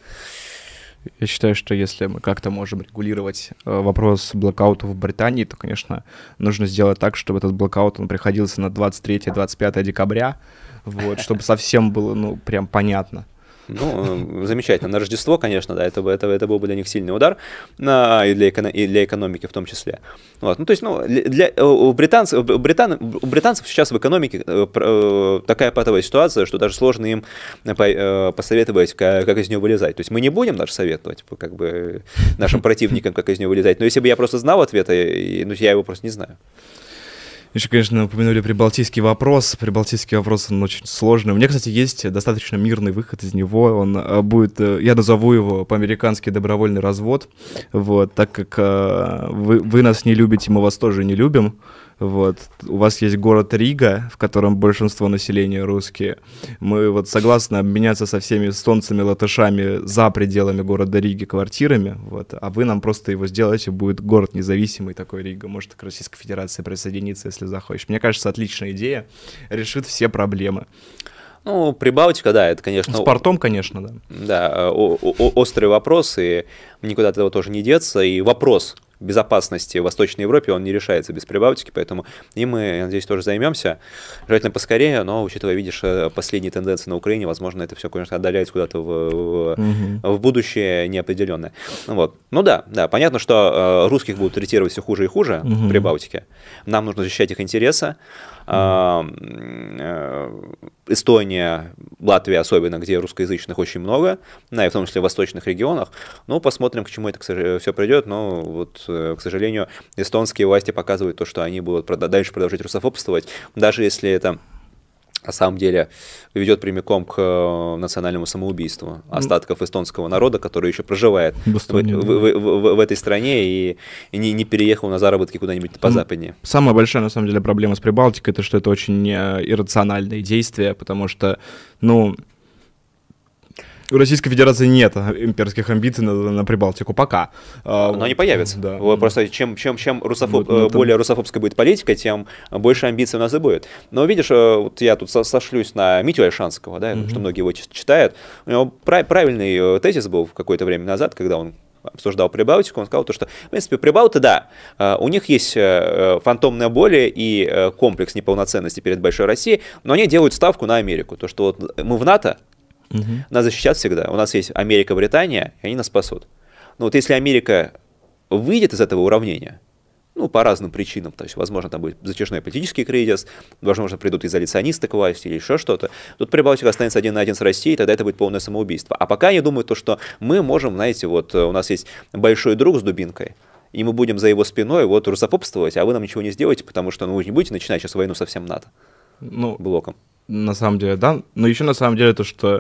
Я считаю, что если мы как-то можем регулировать э, вопрос блэкаута в Британии, то, конечно, нужно сделать так, чтобы этот блэкаут он приходился на двадцать третье — двадцать пятое декабря, вот, чтобы совсем было, ну, прям понятно. Ну, замечательно. На Рождество, конечно, да, это, это, это был бы для них сильный удар, на, и, для эко, и для экономики в том числе. Вот. Ну, то есть, ну, для, у, британцев, у, британ, у британцев сейчас в экономике такая патовая ситуация, что даже сложно им посоветовать, как, как из нее вылезать. То есть мы не будем даже советовать как бы, нашим противникам, как из нее вылезать. Но если бы я просто знал ответ, ну, я его просто не знаю. Еще, конечно, упомянули прибалтийский вопрос. Прибалтийский вопрос, он очень сложный. У меня, кстати, есть достаточно мирный выход из него. Он будет, я назову его по-американски добровольный развод. Вот, так как вы, вы нас не любите, мы вас тоже не любим. Вот. У вас есть город Рига, в котором большинство населения русские. Мы вот согласны обменяться со всеми эстонцами, латышами за пределами города Риги квартирами, вот, а вы нам просто его сделаете, будет город независимый такой Рига, может к Российской Федерации присоединиться, если захочешь. Мне кажется, отличная идея, решит все проблемы. Ну, Прибалтика, да, это, конечно... С портом, конечно, да. Да, о- о- острый вопрос, и никуда от этого тоже не деться, и вопрос безопасности в Восточной Европе, он не решается без Прибалтики, поэтому и мы, я надеюсь, тоже займемся, желательно поскорее, но, учитывая, видишь, последние тенденции на Украине, возможно, это все, конечно, отдаляется куда-то в, в, угу. в будущее неопределенное. Вот. Ну да, да, понятно, что э, русских будут третировать все хуже и хуже угу. в Прибалтике, нам нужно защищать их интересы. Эстония, Латвия особенно, где русскоязычных очень много, да, и в том числе в восточных регионах. Ну, посмотрим, к чему это все придет. Но вот, к сожалению, эстонские власти показывают то, что они будут дальше продолжать русофобствовать, даже если это на самом деле ведет прямиком к национальному самоубийству остатков эстонского народа, который еще проживает в, Эстонии, в, да. в, в, в, в этой стране и, и не, не переехал на заработки куда-нибудь позападнее. Самая большая, на самом деле, проблема с Прибалтикой, это что это очень иррациональные действия, потому что, ну... У Российской Федерации нет имперских амбиций на, на Прибалтику пока. Но вот. Они появятся. Да. Вот просто чем, чем, чем русофоб, вот, более там... русофобская будет политика, тем больше амбиций у нас и будет. Но видишь, вот я тут сошлюсь на Митю Ольшанского, да, mm-hmm. что многие его читают. У него правильный тезис был какое-то время назад, когда он обсуждал Прибалтику, он сказал, то, что, в принципе, прибалты, да, у них есть фантомная боль и комплекс неполноценности перед большой Россией, но они делают ставку на Америку. То, что вот мы в НАТО, угу. Нас защищат всегда. У нас есть Америка, Британия, и они нас спасут. Но вот если Америка выйдет из этого уравнения, ну, по разным причинам, то есть, возможно, там будет затяжной политический кризис, возможно, придут изоляционисты к власти или еще что-то, тут Прибалтика останется один на один с Россией, тогда это будет полное самоубийство. А пока я думаю, то, что мы можем, знаете, вот у нас есть большой друг с дубинкой, и мы будем за его спиной вот русофобствовать, а вы нам ничего не сделаете, потому что ну, вы не будете начинать сейчас войну со всем НАТО, ну, блоком. На самом деле, да. Но еще на самом деле то, что,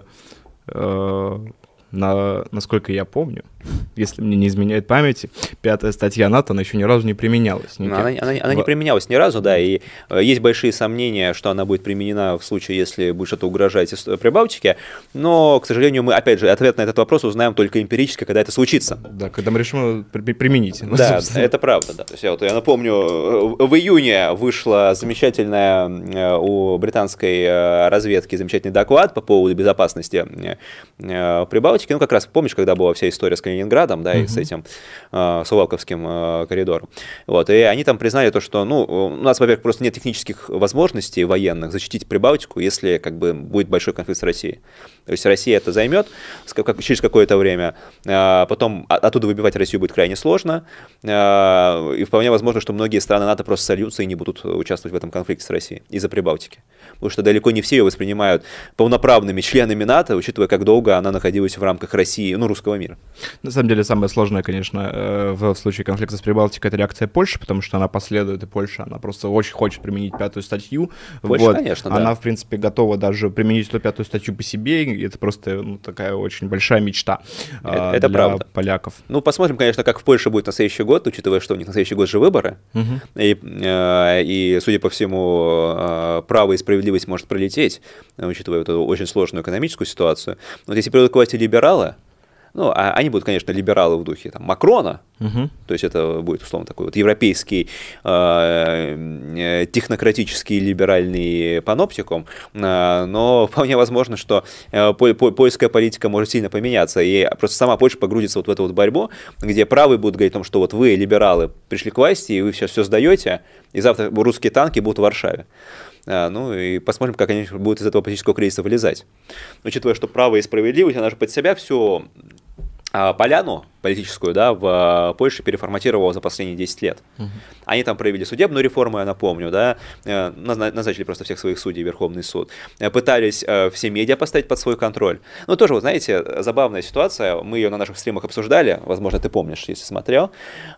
э, на, насколько я помню, если мне не изменяет память, пятая статья НАТО, она еще ни разу не применялась. Она, она, она не применялась ни разу, да, и э, есть большие сомнения, что она будет применена в случае, если будет что-то угрожать Прибалтике, но, к сожалению, мы, опять же, ответ на этот вопрос узнаем только эмпирически, когда это случится. Да, когда мы решим при- применить. Да, это правда, да. То есть, я, вот, я напомню, в июне вышла замечательная у британской разведки замечательный доклад по поводу безопасности Прибалтики, ну, как раз, помнишь, когда была вся история с Калининградом, да, uh-huh. и с этим э, Сувалковским э, коридором. Вот, и они там признали то, что, ну, у нас, во-первых, просто нет технических возможностей военных защитить Прибалтику, если, как бы, будет большой конфликт с Россией. То есть Россия это займет через какое-то время, э, потом оттуда выбивать Россию будет крайне сложно, э, и вполне возможно, что многие страны НАТО просто сольются и не будут участвовать в этом конфликте с Россией из-за Прибалтики. Потому что далеко не все ее воспринимают полноправными членами НАТО, учитывая, как долго она находилась в рамках России, ну, русского мира. На самом деле, самое сложное, конечно, в случае конфликта с Прибалтикой, это реакция Польши, потому что она последует, и Польша, она просто очень хочет применить пятую статью. Польша, вот. Конечно, она, да. в принципе, готова даже применить эту пятую статью по себе, и это просто ну, такая очень большая мечта это, это для правда. поляков. Ну, посмотрим, конечно, как в Польше будет на следующий год, учитывая, что у них на следующий год же выборы, угу. и, и, судя по всему, право и справедливость может пролететь, учитывая эту очень сложную экономическую ситуацию. Вот если придут к власти либералы, ну, а они будут, конечно, либералы в духе там, Макрона, угу. то есть это будет, условно, такой вот европейский э, технократический либеральный паноптикум, э, но вполне возможно, что э, по, по, польская политика может сильно поменяться, и просто сама Польша погрузится вот в эту вот борьбу, где правые будут говорить о том, что вот вы, либералы, пришли к власти, и вы сейчас все сдаете, и завтра русские танки будут в Варшаве. Ну и посмотрим, как они будут из этого политического кризиса вылезать. Учитывая, что право и справедливость, она же под себя всю поляну политическую, да, в Польше переформатировала за последние десять лет. Угу. Они там провели судебную реформу, я напомню, да, назначили просто всех своих судей в Верховный суд, пытались все медиа поставить под свой контроль. Ну, тоже, вот знаете, забавная ситуация, мы ее на наших стримах обсуждали, возможно, ты помнишь, если смотрел.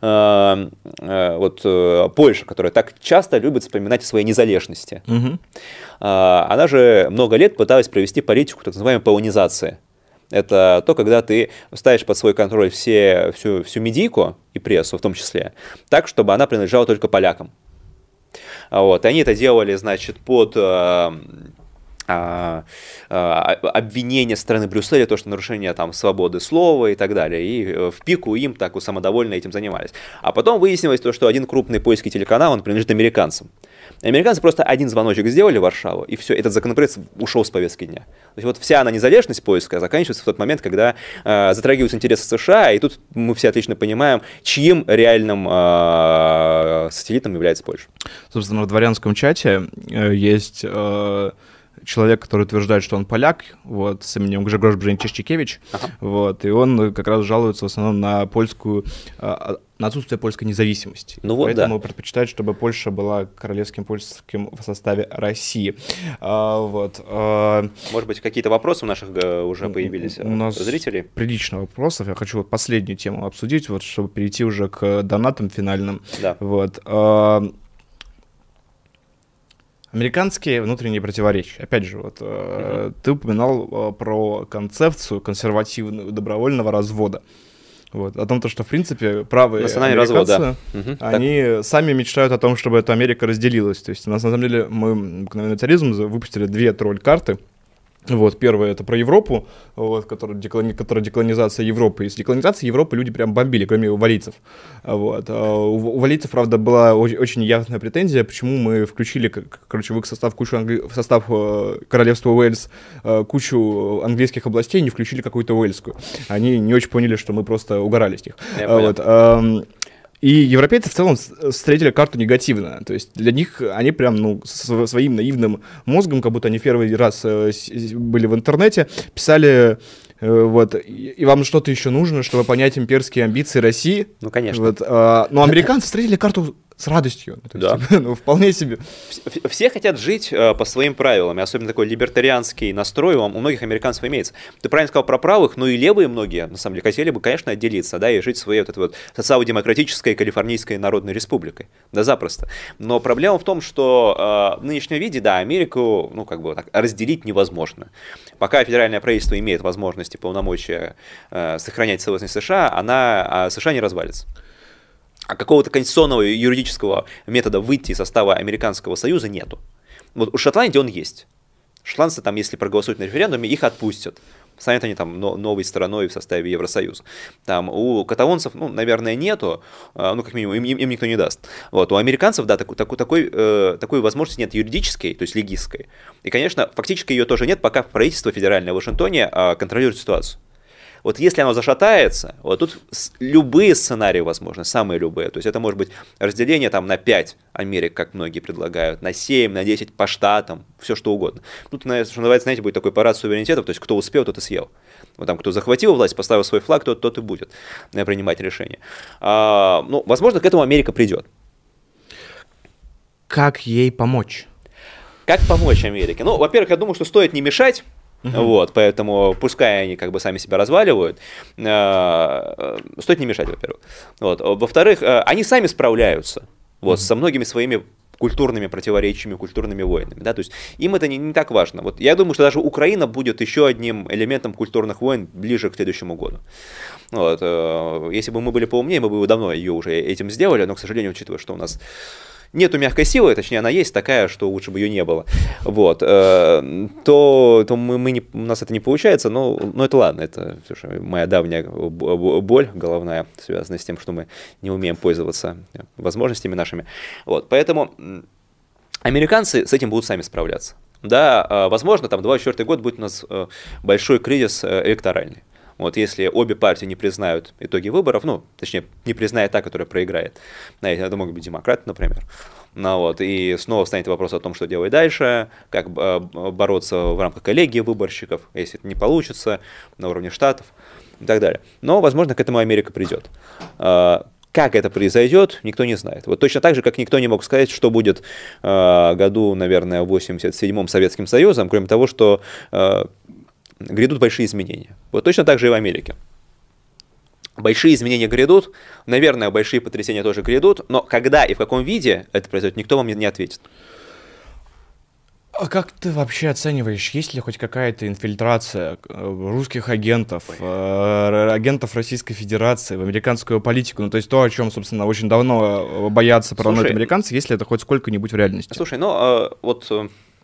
Вот Польша, которая так часто любит вспоминать о своей незалежности, угу. она же много лет пыталась провести политику так называемой полонизации. Это то, когда ты ставишь под свой контроль все, всю, всю медийку и прессу в том числе, так, чтобы она принадлежала только полякам. Вот. И они это делали, значит, под э, э, э, обвинение со стороны Брюсселя, то, что нарушение там, свободы слова и так далее. И в пику им так вот самодовольно этим занимались. А потом выяснилось то, что один крупный польский телеканал, он принадлежит американцам. Американцы просто один звоночек сделали в Варшаву, и все, этот законопроект ушел с повестки дня. То есть вот вся она незалежность польская заканчивается в тот момент, когда э, затрагиваются интересы США, и тут мы все отлично понимаем, чьим реальным э, сателлитом является Польша. Собственно, в дворянском чате э, есть э, человек, который утверждает, что он поляк, вот, с именем Григорий Бженчишчикевич, ага. вот, и он как раз жалуется в основном на польскую... Э, на отсутствие польской независимости. Ну вот, поэтому да. предпочитает, чтобы Польша была королевским польским в составе России. А, вот, а... Может быть, какие-то вопросы у наших уже появились у нас зрителей? Прилично вопросов. Я хочу вот последнюю тему обсудить, вот, чтобы перейти уже к донатам финальным. Да. Вот. А... Американские внутренние противоречия. Опять же, вот uh-huh. э, ты упоминал э, про концепцию консервативную добровольного развода. Вот, о том, что, в принципе, правые американцы, развод, да. угу, они так. сами мечтают о том, чтобы эта Америка разделилась. То есть, на самом деле, мы, «Мгновенный троллизм», выпустили две тролль-карты. Вот, первое — это про Европу, вот, которая, деклони, которая деколонизация Европы. И с деколонизацией Европы люди прям бомбили, кроме валийцев. Вот. А у, у валийцев, правда, была очень, очень явная претензия, почему мы включили, короче, в их состав, кучу англи... в состав э, королевства Уэльс э, кучу английских областей, не включили какую-то уэльскую. Они не очень поняли, что мы просто угорали с них. Вот. А, и европейцы в целом встретили карту негативно. То есть для них они прям, ну, со своим наивным мозгом, как будто они первый раз были в интернете, писали, вот, и вам что-то еще нужно, чтобы понять имперские амбиции России. Ну, конечно. Вот, а, но американцы встретили карту с радостью. Да. Есть, ну, вполне себе. Все хотят жить э, по своим правилам, и особенно такой либертарианский настрой у, у многих американцев имеется. Ты правильно сказал про правых, но и левые многие, на самом деле, хотели бы, конечно, отделиться, да, и жить своей вот этой вот социал-демократической Калифорнийской Народной Республикой. Да, запросто. Но проблема в том, что э, в нынешнем виде, да, Америку, ну, как бы так, разделить невозможно. Пока федеральное правительство имеет возможности, полномочия э, сохранять целостность США, она, э, США не развалится. А какого-то конституционного юридического метода выйти из состава Американского Союза нету. Вот у Шотландии он есть. Шотландцы там, если проголосуют на референдуме, их отпустят. Станут они там новой страной в составе Евросоюза. Там у каталонцев, ну, наверное, нету, ну, как минимум, им, им никто не даст. Вот. У американцев, да, такой, такой, такой, э, такой возможности нет юридической, то есть легистской. И, конечно, фактически ее тоже нет, пока правительство федеральное в Вашингтоне э, контролирует ситуацию. Вот если оно зашатается, вот тут любые сценарии возможны, самые любые. То есть это может быть разделение там на пять Америк, как многие предлагают, на семь, на десять по штатам, все что угодно. Тут, что называется, знаете, будет такой парад суверенитетов, то есть кто успел, тот и съел. Вот там, кто захватил власть, поставил свой флаг, тот, тот и будет принимать решения. А, ну, возможно, к этому Америка придет. Как ей помочь? Как помочь Америке? Ну, во-первых, я думаю, что стоит не мешать. Uh-huh. Вот, поэтому пускай они как бы сами себя разваливают, э, стоит не мешать, во-первых. Вот. Во-вторых, э, они сами справляются вот, uh-huh. со многими своими культурными противоречиями, культурными войнами. Да? То есть им это не, не так важно. Вот я думаю, что даже Украина будет еще одним элементом культурных войн ближе к следующему году. Вот. Э, если бы мы были поумнее, мы бы давно ее уже этим сделали, но, к сожалению, учитывая, что у нас нету мягкой силы, точнее, она есть такая, что лучше бы ее не было, вот, э, то, то мы, мы не, у нас это не получается, но, но это ладно, это слушай, моя давняя боль головная, связанная с тем, что мы не умеем пользоваться возможностями нашими, вот, поэтому американцы с этим будут сами справляться. Да, возможно, там двадцать четвёртый год будет у нас большой кризис электоральный. Вот если обе партии не признают итоги выборов, ну, точнее, не признает та, которая проиграет, это могут быть демократы, например, ну, вот, и снова встанет вопрос о том, что делать дальше, как бороться в рамках коллегии выборщиков, если это не получится, на уровне штатов и так далее. Но, возможно, к этому Америка придет. Как это произойдет, никто не знает. Вот точно так же, как никто не мог сказать, что будет в году, наверное, в восемьдесят седьмом Советским Союзом, кроме того, что грядут большие изменения. Вот точно так же и в Америке. Большие изменения грядут, наверное, большие потрясения тоже грядут, но когда и в каком виде это произойдет, никто вам не ответит. А как ты вообще оцениваешь, есть ли хоть какая-то инфильтрация русских агентов, э, агентов Российской Федерации в американскую политику? Ну, то есть то, о чем, собственно, очень давно боятся параноид американцы, есть ли это хоть сколько-нибудь в реальности? Слушай, ну, э, вот... Э...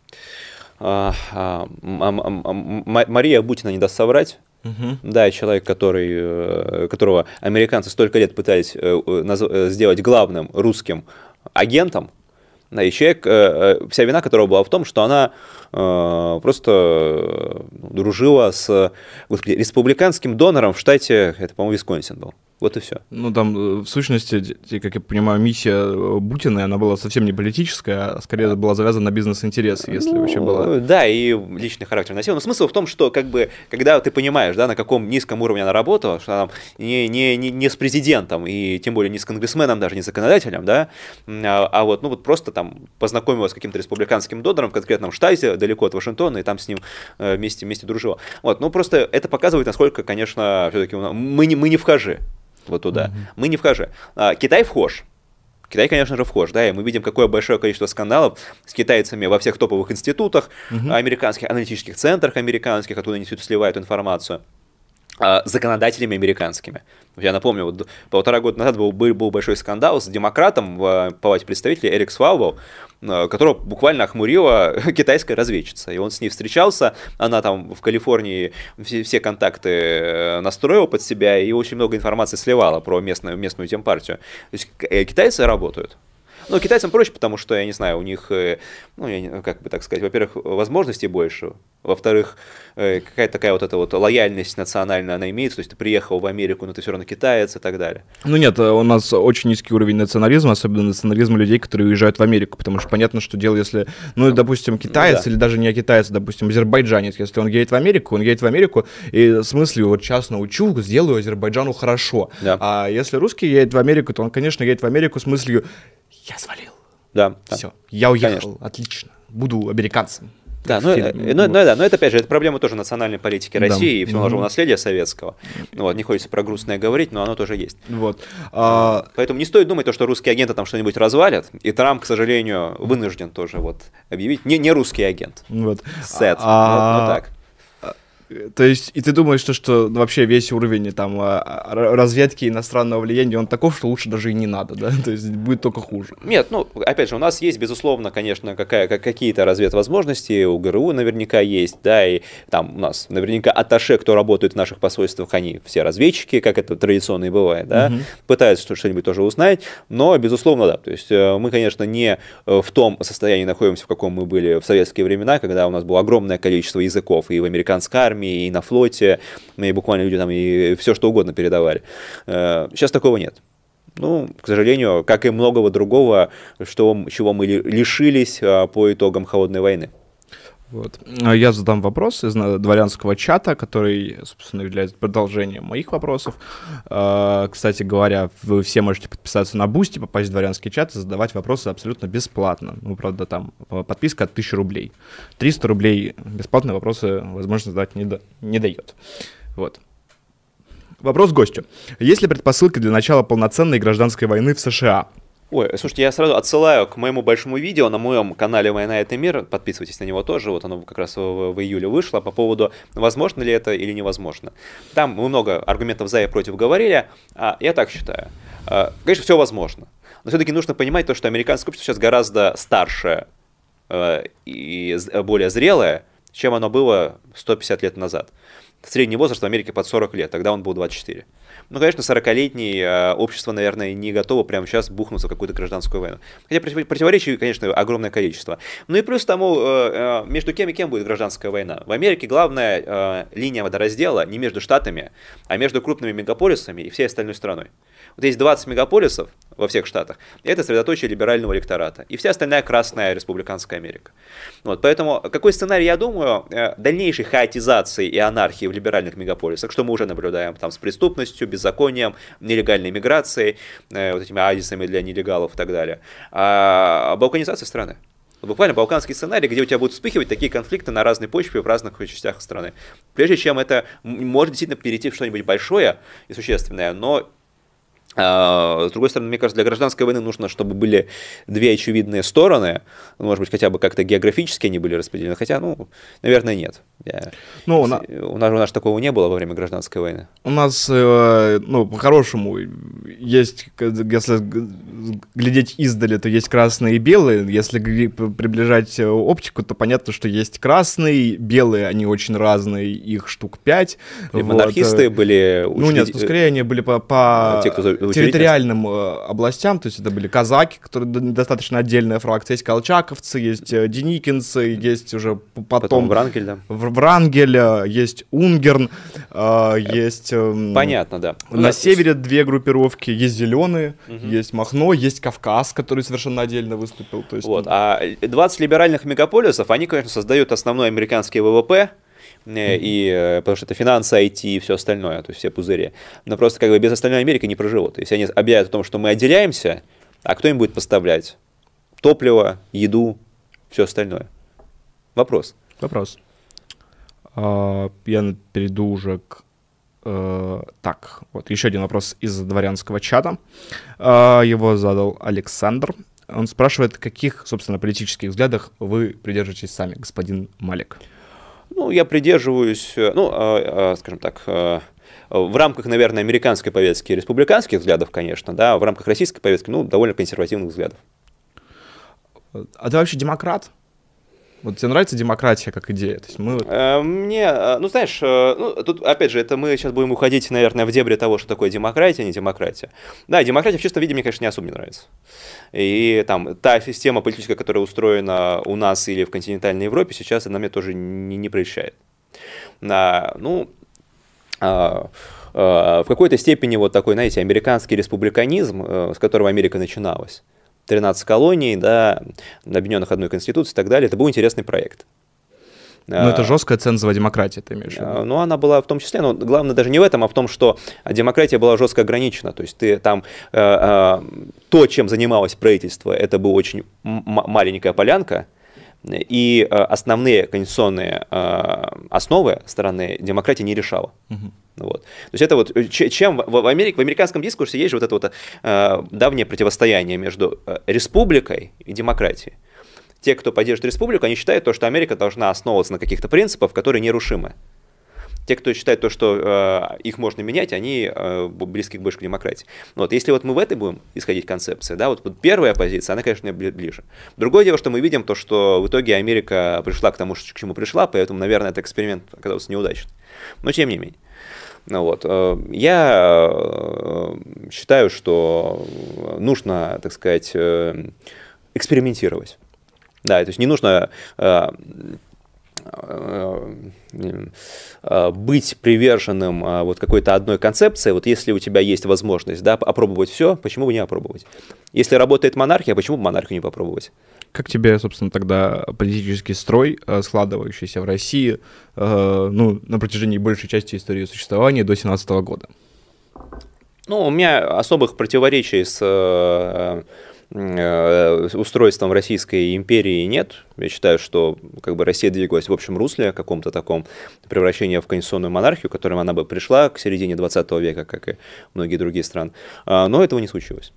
Мария Бутина не даст соврать. Uh-huh. Да, человек, который, которого американцы столько лет пытались сделать главным русским агентом, да, и человек, вся вина которого была в том, что она просто дружила с, господи, республиканским донором в штате, это, по-моему, Висконсин был. Вот и все. Ну, там, в сущности, как я понимаю, миссия Бутиной, она была совсем не политическая, а скорее была завязана на бизнес-интерес, если ну, вообще была. Да, и личный характер носила. Но смысл в том, что, как бы, когда ты понимаешь, да, на каком низком уровне она работала, что она не, не, не, не с президентом, и тем более не с конгрессменом, даже не с законодателем, да, а, а вот, ну, вот просто там познакомилась с каким-то республиканским донором в конкретном штате, далеко от Вашингтона, и там с ним вместе, вместе дружила. Вот, ну, просто это показывает, насколько, конечно, все-таки мы не, мы не вхожи. Вот туда. Uh-huh. Мы не вхожи. А, Китай вхож. Китай, конечно же, вхож, да, и мы видим, какое большое количество скандалов с китайцами во всех топовых институтах, угу. американских, аналитических центрах американских, откуда они сливают информацию, законодателями американскими. Я напомню, вот полтора года назад был, был большой скандал с демократом в Палате представителей Эрик Свалвелл, которого буквально охмурила китайская разведчица. И он с ней встречался, она там в Калифорнии все, все контакты настроила под себя и очень много информации сливала про местную, местную темпартию. То есть китайцы работают. Ну, китайцам проще, потому что, я не знаю, у них, ну, я не, как бы так сказать, во-первых, возможностей больше, во-вторых, какая-то такая вот эта вот лояльность национальная, она имеется, то есть ты приехал в Америку, но ты все равно китаец и так далее. Ну нет, у нас очень низкий уровень национализма, особенно национализма людей, которые уезжают в Америку, потому что понятно, что дело, если, ну, допустим, китаец, ну, да. или даже не китаец, допустим, азербайджанец, если он едет в Америку, он едет в Америку, и в смысле, вот сейчас научу, сделаю Азербайджану хорошо. Да. А если русский едет в Америку, то он, конечно, едет в Америку с мыслью: я свалил. Да. Все, да. я уехал, конечно. Отлично, буду американцем. Да, но, но, но, да, но это, опять же, это проблема тоже национальной политики России да. и всего нашего наследия советского. Вот, не хочется про грустное говорить, но оно тоже есть. Вот. А... Поэтому не стоит думать, что русские агенты там что-нибудь развалят, и Трамп, к сожалению, вынужден тоже вот объявить не, не русский агент. Вот. Сет, а... но, но так. То есть, и ты думаешь, что, что вообще весь уровень там разведки иностранного влияния, он таков, что лучше даже и не надо, да? То есть будет только хуже. Нет, ну, опять же, у нас есть, безусловно, конечно, какая, какие-то разведвозможности, у ГРУ наверняка есть, да, и там у нас наверняка атташе, кто работает в наших посольствах, они все разведчики, как это традиционно и бывает, да, угу. пытаются что-нибудь тоже узнать, но, безусловно, да, то есть мы, конечно, не в том состоянии находимся, в каком мы были в советские времена, когда у нас было огромное количество языков и в американской армии, и на флоте, и буквально люди там и все что угодно передавали. Сейчас такого нет. Ну, к сожалению, как и многого другого, что, чего мы лишились по итогам холодной войны. Вот. Я задам вопрос из дворянского чата, который, собственно, является продолжением моих вопросов. Кстати говоря, вы все можете подписаться на Boosty, попасть в дворянский чат и задавать вопросы абсолютно бесплатно. Ну, правда, там подписка от тысячи рублей. триста рублей бесплатные вопросы возможность задать не, да, не дает. Вот. Вопрос гостю. Есть ли предпосылки для начала полноценной гражданской войны в США? Ой, слушайте, я сразу отсылаю к моему большому видео на моем канале «Война – это мир». Подписывайтесь на него тоже, вот оно как раз в, в июле вышло, по поводу, возможно ли это или невозможно. Там мы много аргументов за и против говорили, а я так считаю. Конечно, все возможно, но все-таки нужно понимать то, что американское общество сейчас гораздо старше и более зрелое, чем оно было сто пятьдесят лет назад. Средний возраст в Америке под сорок лет, тогда он был двадцать четыре. Ну, конечно, сорокалетнее э, общество, наверное, не готово прямо сейчас бухнуться в какую-то гражданскую войну. Хотя противоречий, конечно, огромное количество. Ну и плюс тому, э, э, между кем и кем будет гражданская война. В Америке главная э, линия водораздела не между штатами, а между крупными мегаполисами и всей остальной страной. Вот есть двадцать мегаполисов во всех штатах, и это средоточие либерального электората. И вся остальная красная республиканская Америка. Вот, поэтому какой сценарий, я думаю, дальнейшей хаотизации и анархии в либеральных мегаполисах, что мы уже наблюдаем там с преступностью, беззаконием, нелегальной миграцией, вот этими оазисами для нелегалов и так далее, а балканизация страны. Буквально балканский сценарий, где у тебя будут вспыхивать такие конфликты на разной почве в разных частях страны. Прежде чем это может действительно перейти в что-нибудь большое и существенное, но с другой стороны, мне кажется, для гражданской войны нужно, чтобы были две очевидные стороны, может быть, хотя бы как-то географически они были распределены, хотя, ну, наверное, нет. Я... Ну, у, нас, у, нас, у нас такого не было во время гражданской войны. У нас, ну, по-хорошему, есть, если глядеть издали, то есть красные и белые, если приближать оптику, то понятно, что есть красные, белые, они очень разные, их штук пять. Вот. Монархисты были... Ну, нет, ну, скорее они были по... по... Те, кто территориальным областям, то есть это были казаки, которые достаточно отдельная фракция, есть колчаковцы, есть деникинцы, есть уже потом, потом Врангель, да. Врангель, есть Унгерн, есть... Понятно, да. На севере две группировки, есть зеленые, угу. есть Махно, есть Кавказ, который совершенно отдельно выступил. То есть, вот. А двадцать либеральных мегаполисов, они, конечно, создают основной американский ВВП, и, потому что это финансы, ай ти и все остальное, то есть все пузыри. Но просто как бы без остальной Америки не проживут. То есть они объявят о том, что мы отделяемся, а кто им будет поставлять? Топливо, еду, все остальное. Вопрос. Вопрос. А, я перейду уже к Э, так, вот еще один вопрос из дворянского чата. Э, его задал Александр. Он спрашивает, каких, собственно, политических взглядах вы придерживаетесь сами, господин Малик? Ну, я придерживаюсь, ну, э, э, скажем так, э, в рамках, наверное, американской повестки республиканских взглядов, конечно, да, в рамках российской повестки, ну, довольно консервативных взглядов. А ты вообще демократ? Вот тебе нравится демократия как идея? То есть мы... Мне, ну знаешь, ну, тут опять же, это мы сейчас будем уходить, наверное, в дебри того, что такое демократия, не демократия. Да, демократия в чистом виде мне, конечно, не особо не нравится. И там та система политическая, которая устроена у нас или в континентальной Европе, сейчас она мне тоже не, не прельщает. А, ну, а, а, в какой-то степени вот такой, знаете, американский республиканизм, с которого Америка начиналась, тринадцать колоний, да, объединенных одной конституцией и так далее, это был интересный проект. Ну, это жесткая цензовая демократия, ты имеешь в виду? Ну, она была в том числе, но главное даже не в этом, а в том, что демократия была жестко ограничена. То есть ты там, э, э, то, чем занималось правительство, это была очень м- маленькая полянка, и э, основные конституционные э, основы стороны демократии не решала. Угу. Вот. То есть это вот, чем в, Америке, в американском дискурсе есть же вот это вот э, давнее противостояние между республикой и демократией. Те, кто поддерживает республику, они считают, то, что Америка должна основываться на каких-то принципах, которые нерушимы. Те, кто считает, то, что э, их можно менять, они э, близки больше к демократии. Вот. Если вот мы в этой будем исходить концепции, да, вот, вот первая позиция, она, конечно, ближе. Другое дело, что мы видим то, что в итоге Америка пришла к тому, к чему пришла, поэтому, наверное, этот эксперимент оказался неудачным. Но тем не менее. Ну, вот. Я считаю, что нужно, так сказать, экспериментировать. Да, то есть не нужно быть приверженным вот какой-то одной концепции. Вот если у тебя есть возможность, да, опробовать все, почему бы не опробовать? Если работает монархия, почему бы монархию не попробовать? Как тебе, собственно, тогда политический строй, складывающийся в России, ну, на протяжении большей части истории существования до семнадцатого года? Ну, у меня особых противоречий с устройством Российской империи нет. Я считаю, что как бы Россия двигалась в общем русле, каком-то таком превращении в конституционную монархию, к которой она бы пришла к середине двадцатого века, как и многие другие страны. Но этого не случилось.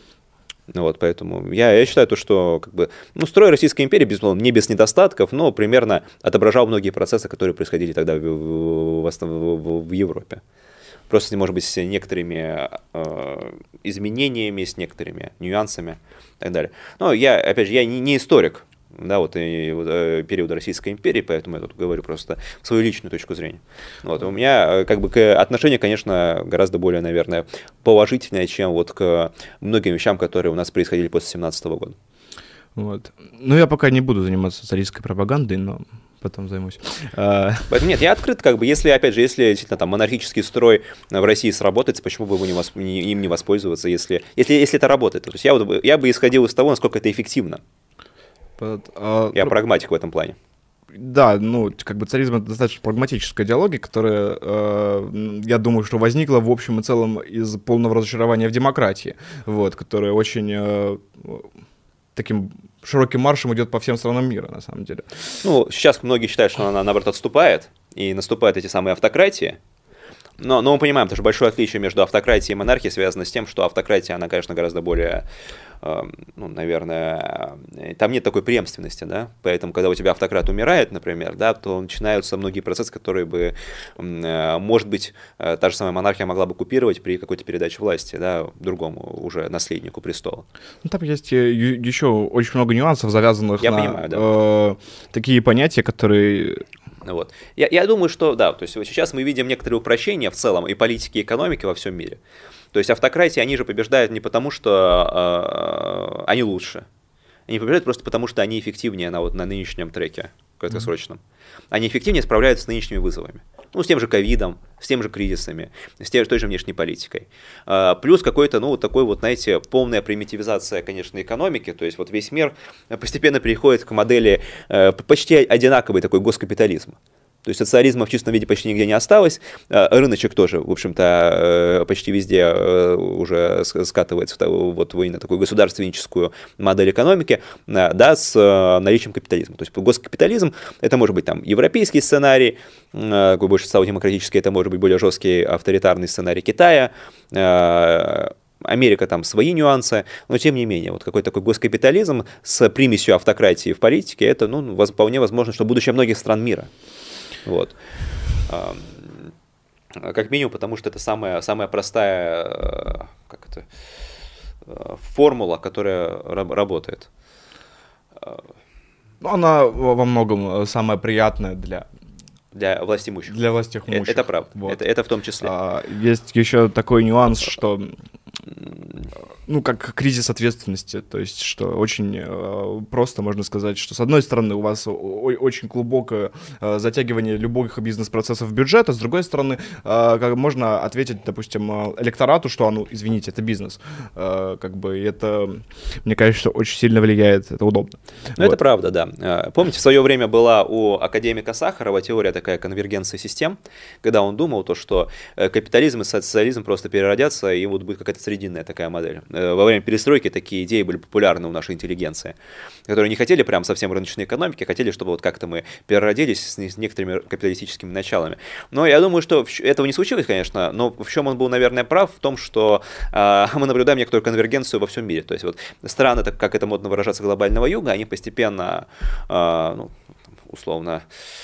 Вот, поэтому я, я считаю, то, что как бы, ну, строй Российской империи, безусловно, не без недостатков, но примерно отображал многие процессы, которые происходили тогда в, в, в, в Европе. Просто, может быть, с некоторыми э, изменениями, с некоторыми нюансами и так далее. Но я, опять же, я не, не историк, да, вот, и, вот, периода Российской империи, поэтому я тут говорю просто свою личную точку зрения. Вот, у меня как бы отношение, конечно, гораздо более, наверное, положительное, чем вот к многим вещам, которые у нас происходили после семнадцатого года. Вот. Ну, я пока не буду заниматься социалистской пропагандой, но потом займусь. Поэтому нет, я открыт, как бы, если, опять же, если действительно там монархический строй в России сработает, почему бы его не восп... им не воспользоваться, если, если, если это работает. То есть я, вот, я бы исходил из того, насколько это эффективно. But, uh, я прагматик в этом плане. Да, ну, как бы царизм — это достаточно прагматическая идеология, которая, э, я думаю, что возникла в общем и целом из полного разочарования в демократии, вот, которая очень э, таким широким маршем идет по всем странам мира, на самом деле. Ну, сейчас многие считают, что она, наоборот, отступает, и наступают эти самые автократии. Но, но мы понимаем, что большое отличие между автократией и монархией связано с тем, что автократия, она, конечно, гораздо более, э, ну, наверное, там нет такой преемственности, да, поэтому, когда у тебя автократ умирает, например, да, то начинаются многие процессы, которые бы, э, может быть, э, та же самая монархия могла бы купировать при какой-то передаче власти, да, другому уже наследнику престола. Ну, там есть еще очень много нюансов, завязанных Я на понимаю, да. э, такие понятия, которые... Вот. Я, я думаю, что да, то есть сейчас мы видим некоторые упрощения в целом и политики, и экономики во всем мире. То есть автократии, они же побеждают не потому, что э, они лучше. Они побеждают просто потому, что они эффективнее на, вот, на нынешнем треке краткосрочном. Они эффективнее справляются с нынешними вызовами. Ну, с тем же ковидом, с теми же кризисами, с той, той же внешней политикой. А, плюс какой-то, ну, вот такой вот, знаете, полная примитивизация, конечно, экономики. То есть вот весь мир постепенно переходит к модели э, почти одинаковый такой госкапитализм. То есть социализма в чистом виде почти нигде не осталось, рыночек тоже, в общем-то, почти везде уже скатывается вот на такую государственническую модель экономики, да, с наличием капитализма. То есть госкапитализм — это может быть там европейский сценарий, больше социал-демократический, это может быть более жесткий авторитарный сценарий Китая, Америка там свои нюансы, но тем не менее, вот какой-то такой госкапитализм с примесью автократии в политике, это, ну, вполне возможно, что будущее многих стран мира. Вот. Как минимум, потому что это самая, самая простая, как это, формула, которая работает. Она во многом самая приятная для... Для властимущих. Для властимущих. Это правда, вот. это, это в том числе. А, есть еще такой нюанс, что... Ну, как кризис ответственности, то есть, что очень э, просто можно сказать, что, с одной стороны, у вас о- очень глубокое э, затягивание любых бизнес-процессов в бюджет, а с другой стороны, э, как можно ответить, допустим, электорату, что, а, ну, извините, это бизнес. Э, как бы это, мне кажется, очень сильно влияет, это удобно. Ну, вот. Это правда, да. Помните, в свое время была у академика Сахарова теория такая конвергенции систем, когда он думал, то, что капитализм и социализм просто переродятся, и вот будет какая-то срединная такая модель. Во время перестройки такие идеи были популярны у нашей интеллигенции, которые не хотели прям совсем рыночной экономики, а хотели, чтобы вот как-то мы переродились с некоторыми капиталистическими началами. Но я думаю, что этого не случилось, конечно, но в чем он был, наверное, прав, в том, что э, мы наблюдаем некоторую конвергенцию во всем мире. То есть вот страны, так как это модно выражаться, глобального юга, они постепенно, э, ну, условно,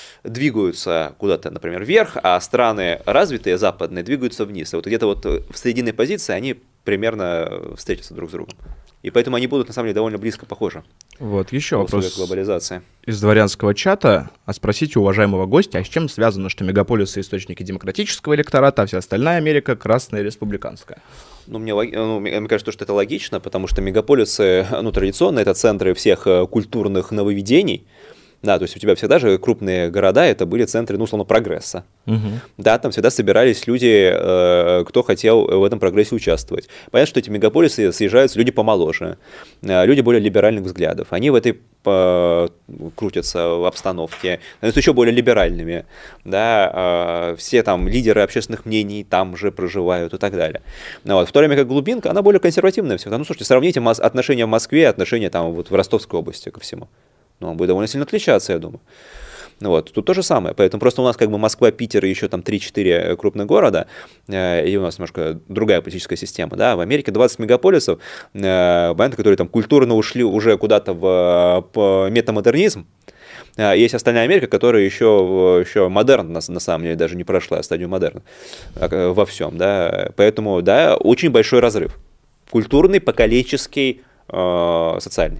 двигаются куда-то, например, вверх, а страны развитые, западные, двигаются вниз. И вот где-то вот в срединной позиции они примерно встретятся друг с другом. И поэтому они будут, на самом деле, довольно близко похожи. Вот, еще вопрос глобализации. Из дворянского чата. А спросите уважаемого гостя, а с чем связано, что мегаполисы — источники демократического электората, а вся остальная Америка — красная и республиканская? Ну, мне, ну, мне кажется, что это логично, потому что мегаполисы, ну, традиционно, это центры всех культурных нововведений. Да, то есть у тебя всегда же крупные города, это были центры, ну, условно, прогресса. Угу. Да, там всегда собирались люди, э, кто хотел в этом прогрессе участвовать. Понятно, что эти мегаполисы съезжаются люди помоложе, э, люди более либеральных взглядов. Они в этой э, крутятся в обстановке, становятся еще более либеральными. Да, э, все там лидеры общественных мнений там же проживают и так далее. Ну, вот. В то время как глубинка, она более консервативная всегда. Ну, слушайте, сравните мас- отношения в Москве, отношения там вот в Ростовской области ко всему. Но он будет довольно сильно отличаться, я думаю. Ну вот, тут то же самое. Поэтому просто у нас как бы Москва, Питер и еще там три-четыре крупных города, э, и у нас немножко другая политическая система. Да? В Америке двадцать мегаполисов, э, которые там культурно ушли уже куда-то в, в метамодернизм. Э, есть остальная Америка, которая еще, еще модерн, на, на самом деле, даже не прошла стадию модерна э, во всем. Да? Поэтому, да, очень большой разрыв. Культурный, поколенческий, э, социальный.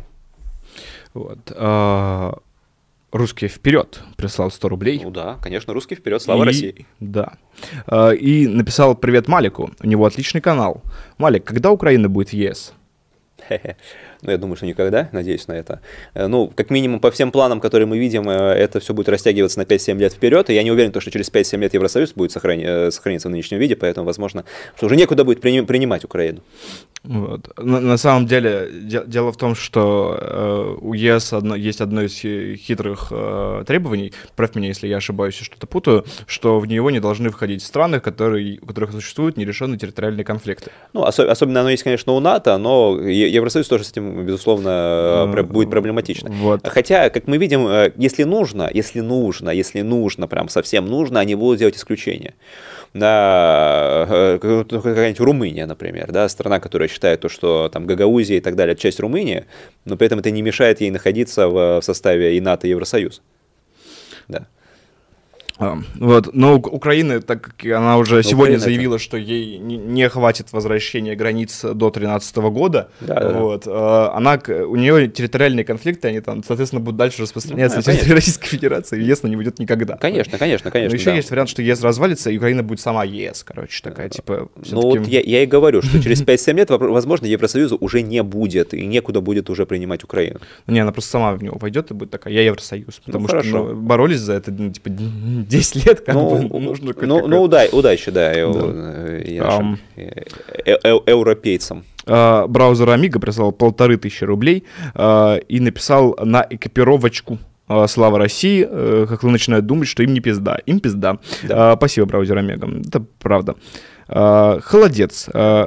Вот. А, русский вперед прислал сто рублей. Ну да, конечно, русский вперед, слава и, России. Да. А, и написал привет Малику. У него отличный канал. Малик, когда Украина будет в ЕС? Ну, я думаю, что никогда, надеюсь на это. Ну, как минимум, по всем планам, которые мы видим, это все будет растягиваться на пять-семь лет вперед, и я не уверен, что через пять-семь лет Евросоюз будет сохрани- сохраниться в нынешнем виде, поэтому, возможно, что уже некуда будет при- принимать Украину. Вот. На, на самом деле, де- дело в том, что э, у ЕС одно, есть одно из хитрых э, требований, правь меня, если я ошибаюсь и что-то путаю, что в него не должны входить страны, которые, у которых существуют нерешенные территориальные конфликты. Ну, осо- особенно оно есть, конечно, у НАТО, но Евросоюз тоже с этим, безусловно, э, будет проблематично. Вот. Хотя, как мы видим, если нужно, если нужно, если нужно, прям совсем нужно, они будут делать исключения. Да, какая-нибудь Румыния, например, да, страна, которая считает то, что там Гагаузия и так далее, это часть Румынии, но при этом это не мешает ей находиться в составе и НАТО, и Евросоюза. Да. А, вот, но Украина, так как она уже но сегодня Украина заявила, это... что ей не, не хватит возвращения границ до две тысячи тринадцатого года, да, вот, да. Она, у нее территориальные конфликты, они там, соответственно, будут дальше распространяться на территорию Российской Федерации, и ЕС не уйдет никогда. Конечно, конечно, конечно. Но еще да. есть вариант, что ЕС развалится, и Украина будет сама ЕС, короче, такая, типа... Ну вот я, я и говорю, что через пять-семь лет, возможно, Евросоюза уже не будет, и некуда будет уже принимать Украину. Не, она просто сама в него войдет и будет такая, я Евросоюз, потому ну, что ну, боролись за это, ну, типа, десять лет, как Ну, бы, нужно ну, ну уда- удачи, да, да. нашим э- э- э- европейцам. Браузер Amiga прислал полторы тысячи рублей и написал на экипировочку. слава России, Хохлы начинают думать, что им не пизда. Им пизда. Да. Спасибо, браузер Омега. Это правда. Холодец.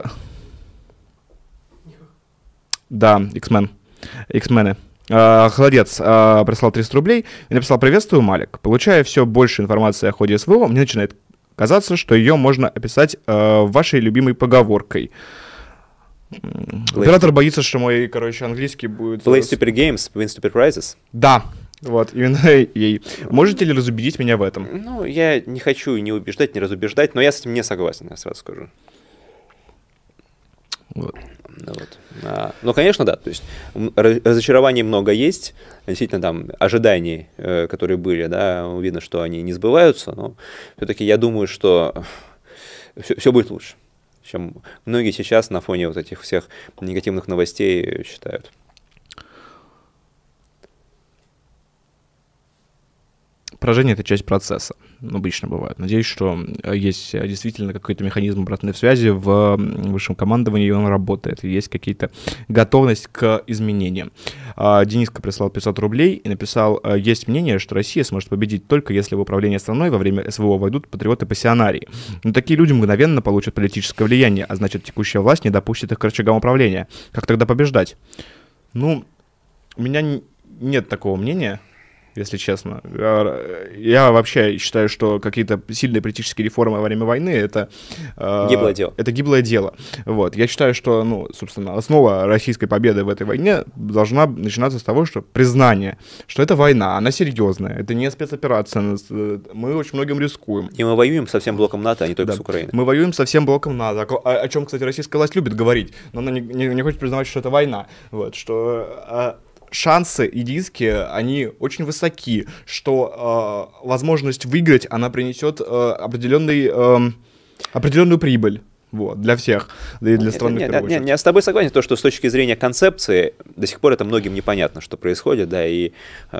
Да, X-Men. X-мены. Холодец прислал триста рублей и написал: «Приветствую, Малик. Получая все больше информации о ходе СВО, мне начинает казаться, что ее можно описать вашей любимой поговоркой». Оператор боится, что мой, короче, английский будет... Play stupid games, win stupid prizes. Да, вот, именно ей. Можете ли разубедить меня в этом? Ну, я не хочу ни убеждать, ни разубеждать, но я с этим не согласен, я сразу скажу. Вот. Ну, вот. А, ну, конечно, да, то есть разочарований много есть, действительно там ожиданий, э, которые были, да, видно, что они не сбываются, но все-таки я думаю, что все, все будет лучше, чем многие сейчас на фоне вот этих всех негативных новостей считают. Поражение — это часть процесса, обычно бывает. Надеюсь, что есть действительно какой-то механизм обратной связи в высшем командовании, и он работает, и есть какие-то готовность к изменениям. Дениска прислал пятьсот рублей и написал: «Есть мнение, что Россия сможет победить только если в управление страной во время СВО войдут патриоты-пассионарии. Но такие люди мгновенно получат политическое влияние, а значит, текущая власть не допустит их к рычагам управления. Как тогда побеждать?» Ну, у меня нет такого мнения, если честно. Я вообще считаю, что какие-то сильные политические реформы во время войны — это... Гиблое дело. Это гиблое дело. Вот. Я считаю, что, ну, собственно, основа российской победы в этой войне должна начинаться с того, что признание, что это война, она серьезная, это не спецоперация, мы очень многим рискуем. И мы воюем со всем блоком НАТО, а не только да. с Украиной. Мы воюем со всем блоком НАТО, о, о чем, кстати, российская власть любит говорить, но она не, не, не хочет признавать, что это война. Вот, что... Шансы и риски, они очень высоки, что э, возможность выиграть, она принесет э, определенный, э, определенную прибыль. Вот, для всех, и для страны. Нет, нет, нет, нет, я с тобой согласен, то, что с точки зрения концепции до сих пор это многим непонятно, что происходит, да, и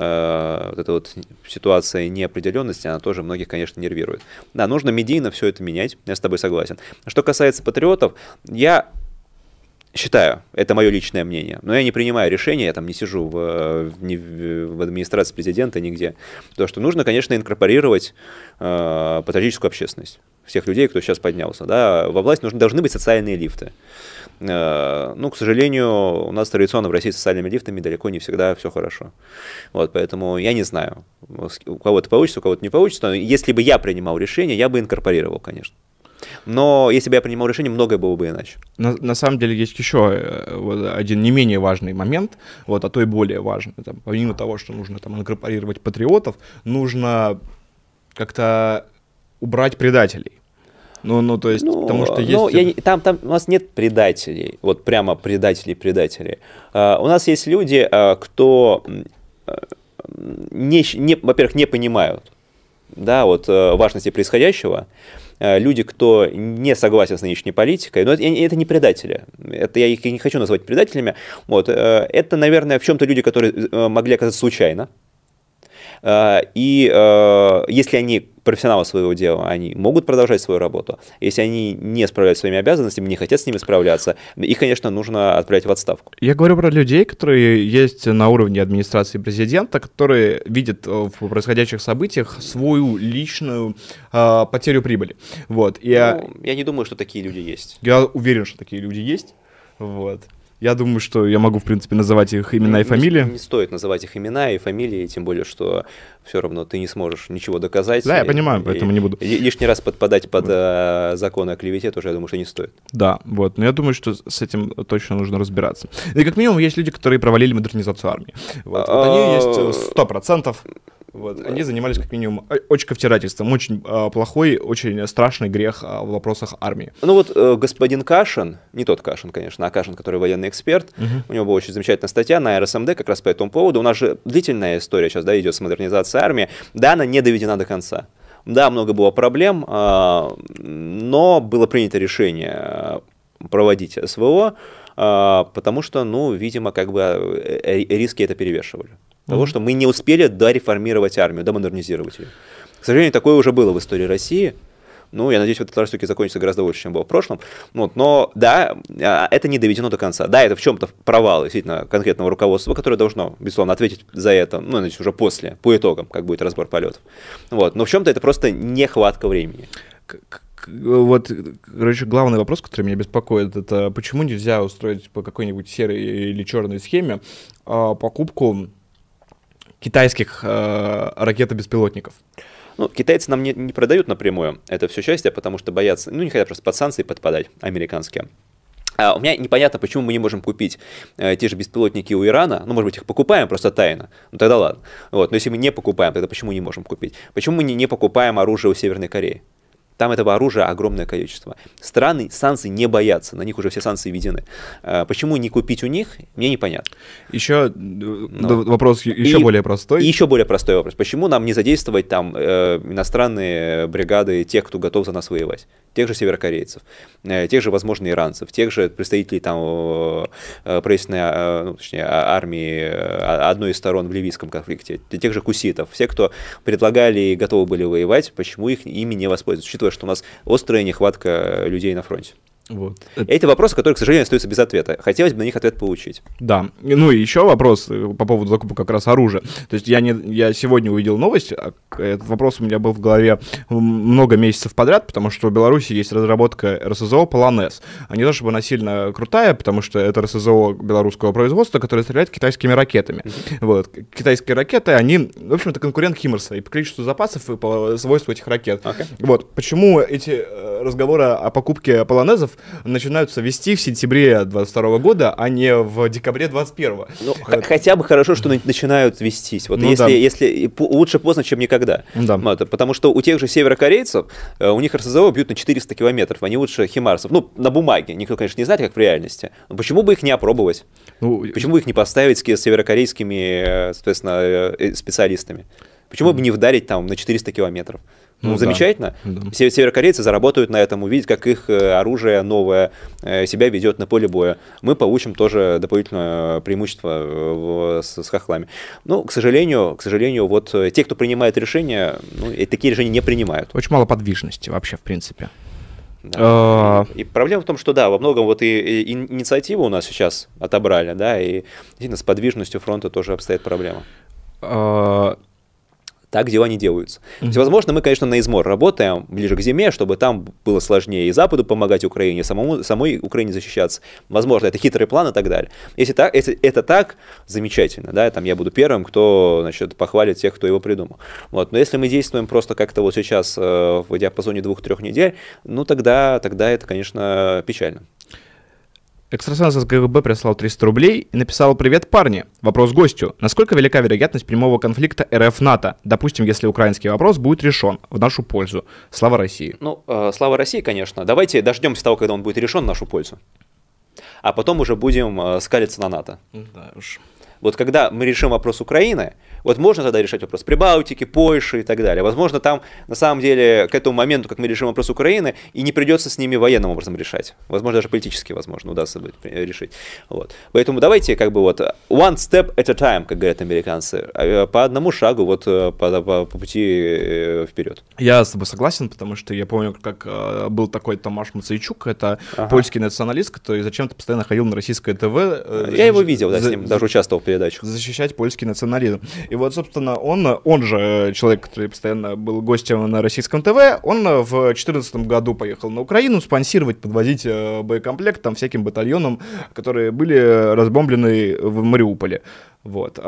э, вот эта вот ситуация неопределенности, она тоже многих, конечно, нервирует. Да, нужно медийно все это менять, я с тобой согласен. Что касается патриотов, я... считаю, это мое личное мнение, но я не принимаю решения, я там не сижу в, в, в администрации президента нигде, то, что нужно, конечно, инкорпорировать э, патриотическую общественность, всех людей, кто сейчас поднялся. Да, во власть нужны, должны быть социальные лифты. Э, ну, к сожалению, у нас традиционно в России с социальными лифтами далеко не всегда все хорошо. Вот, поэтому я не знаю, у кого-то получится, у кого-то не получится, но если бы я принимал решение, я бы инкорпорировал, конечно. Но если бы я принимал решение, многое было бы иначе. На, на самом деле есть еще вот, один не менее важный момент, вот, а то и более важный. Там, помимо того, что нужно там, инкорпорировать патриотов, нужно как-то убрать предателей. Ну, ну, то есть, ну, потому что есть... Ну, я, там, там у нас нет предателей, вот прямо предателей-предателей. Uh, у нас есть люди, uh, кто, uh, не, не, во-первых, не понимают, да, вот, uh, важности происходящего. Люди, кто не согласен с нынешней политикой, но это, это не предатели, это я их не хочу назвать предателями, вот, это, наверное, в чем-то люди, которые могли оказаться случайно, и если они профессионалы своего дела, они могут продолжать свою работу, если они не справляются с своими обязанностями, не хотят с ними справляться, их, конечно, нужно отправлять в отставку. Я говорю про людей, которые есть на уровне администрации президента, которые видят в происходящих событиях свою личную э, потерю прибыли. Вот. И ну, я, я не думаю, что такие люди есть. Я уверен, что такие люди есть. Вот. Я думаю, что я могу, в принципе, называть их имена не, и фамилии. Не, не стоит называть их имена и фамилии, тем более, что все равно ты не сможешь ничего доказать. Да, я понимаю, поэтому и, не буду. Лишний раз подпадать под а, законы о клевете тоже, я думаю, что не стоит. Да, вот. Но я думаю, что с этим точно нужно разбираться. И как минимум есть люди, которые провалили модернизацию армии. Вот, вот они есть сто процентов. Вот. Они занимались как минимум очковтирательством. Очень э, плохой, очень страшный грех э, в вопросах армии. Ну вот э, господин Кашин, не тот Кашин, конечно, а Кашин, который военный эксперт, uh-huh. у него была очень замечательная статья на эр эс эм дэ как раз по этому поводу. У нас же длительная история сейчас, да, идет с модернизацией армии. Да, она не доведена до конца. Да, много было проблем, э, но было принято решение проводить эс вэ о, э, потому что, ну, видимо, как бы риски это перевешивали. Того, mm-hmm. что мы не успели дореформировать армию, домодернизировать ее. К сожалению, такое уже было в истории России. Ну, я надеюсь, в этот раз все-таки закончится гораздо лучше, чем было в прошлом. Вот, но да, это не доведено до конца. Да, это в чем-то провал действительно конкретного руководства, которое должно, безусловно, ответить за это, ну, значит, уже после, по итогам, как будет разбор полетов. Вот. Но в чем-то это просто нехватка времени. Вот, короче, главный вопрос, который меня беспокоит, это почему нельзя устроить по какой-нибудь серой или черной схеме а, покупку китайских а, ракет-беспилотников? Ну, китайцы нам не, не продают напрямую это все счастье, потому что боятся, ну, не хотят просто под санкции подпадать, американские. А у меня непонятно, почему мы не можем купить э, те же беспилотники у Ирана. Ну, может быть, их покупаем просто тайно. Ну, тогда ладно. Вот. Но если мы не покупаем, тогда почему не можем купить? Почему мы не, не покупаем оружие у Северной Кореи? Там этого оружия огромное количество. Страны санкций не боятся, на них уже все санкции введены. Почему не купить у них, мне непонятно. Еще Но. вопрос еще и, более простой. И еще более простой вопрос. Почему нам не задействовать там э, иностранные бригады тех, кто готов за нас воевать? Тех же северокорейцев, э, тех же, возможно, иранцев, тех же представителей там э, правительственной, э, ну, точнее, армии э, одной из сторон в ливийском конфликте, тех же куситов, все, кто предлагали и готовы были воевать, почему их ими не воспользоваться? Учитывая, что у нас острая нехватка людей на фронте. Вот. Эти вопросы, которые, к сожалению, остаются без ответа. Хотелось бы на них ответ получить. Да. Ну и еще вопрос по поводу закупа как раз оружия. То есть я, не, я сегодня увидел новость, этот вопрос у меня был в голове много месяцев подряд, потому что в Беларуси есть разработка РСЗО «Полонез». Не то чтобы она сильно крутая, потому что это РСЗО белорусского производства, которое стреляет китайскими ракетами. Mm-hmm. Вот. Китайские ракеты, они, в общем-то, конкурент Химмерса и по количеству запасов, и по свойству этих ракет. Okay. Вот. Почему эти разговоры о покупке «Полонезов» начинаются вести в сентябре двадцать второго года, а не в декабре двадцать первого. Ну, вот. Хотя бы хорошо, что начинают вестись. Вот ну, если, да. если лучше поздно, чем никогда. Да. Вот, потому что у тех же северокорейцев, у них РСЗО бьют на четыреста километров, они лучше химарсов. Ну, на бумаге. Никто, конечно, не знает, как в реальности. Но почему бы их не опробовать? Ну, почему бы их не поставить с северокорейскими, соответственно, специалистами? Почему бы не вдарить там на четыреста километров? Ну, ну замечательно. Да, да. Северокорейцы заработают на этом, увидеть, как их оружие новое себя ведет на поле боя. Мы получим тоже дополнительное преимущество с, с хохлами. Но, к сожалению, к сожалению, вот те, кто принимает решения, ну, такие решения не принимают. Очень мало подвижности вообще, в принципе. Да. И, и проблема в том, что да, во многом вот и, и инициативу у нас сейчас отобрали, да, и действительно с подвижностью фронта тоже обстоит проблема. Так дела не делаются. Mm-hmm. То есть, возможно, мы, конечно, на измор работаем ближе к зиме, чтобы там было сложнее и Западу помогать Украине, самому, самой Украине защищаться. Возможно, это хитрый план и так далее. Если, так, если это так, замечательно, да, там я буду первым, кто, значит, похвалит тех, кто его придумал. Вот. Но если мы действуем просто как-то вот сейчас э, в диапазоне двух-трех недель, ну тогда, тогда это, конечно, печально. Экстрасенс из ГГБ прислал триста рублей и написал: «Привет, парни. Вопрос гостю. Насколько велика вероятность прямого конфликта РФ-НАТО? Допустим, если украинский вопрос будет решен в нашу пользу. Слава России». Ну, э, слава России, конечно. Давайте дождемся того, когда он будет решен в нашу пользу. А потом уже будем э, скалиться на НАТО. Да уж. Вот когда мы решим вопрос Украины, вот можно тогда решать вопрос Прибалтики, Польши и так далее. Возможно, там на самом деле к этому моменту, как мы решим вопрос Украины, и не придется с ними военным образом решать. Возможно, даже политически, возможно, удастся будет решить. Вот. Поэтому давайте как бы вот one step at a time, как говорят американцы, по одному шагу вот по, по, по пути вперед. Я с тобой согласен, потому что я помню, как был такой Томаш Мацейчук, это ага. польский националист, который зачем-то постоянно ходил на российское ТВ. Я его видел, да, с ним даже участвовал в передачах. Защищать польский национализм. И вот, собственно, он, он же человек, который постоянно был гостем на российском ТВ, он в две тысячи четырнадцатом году поехал на Украину спонсировать, подвозить боекомплект там всяким батальонам, которые были разбомблены в Мариуполе. Вот.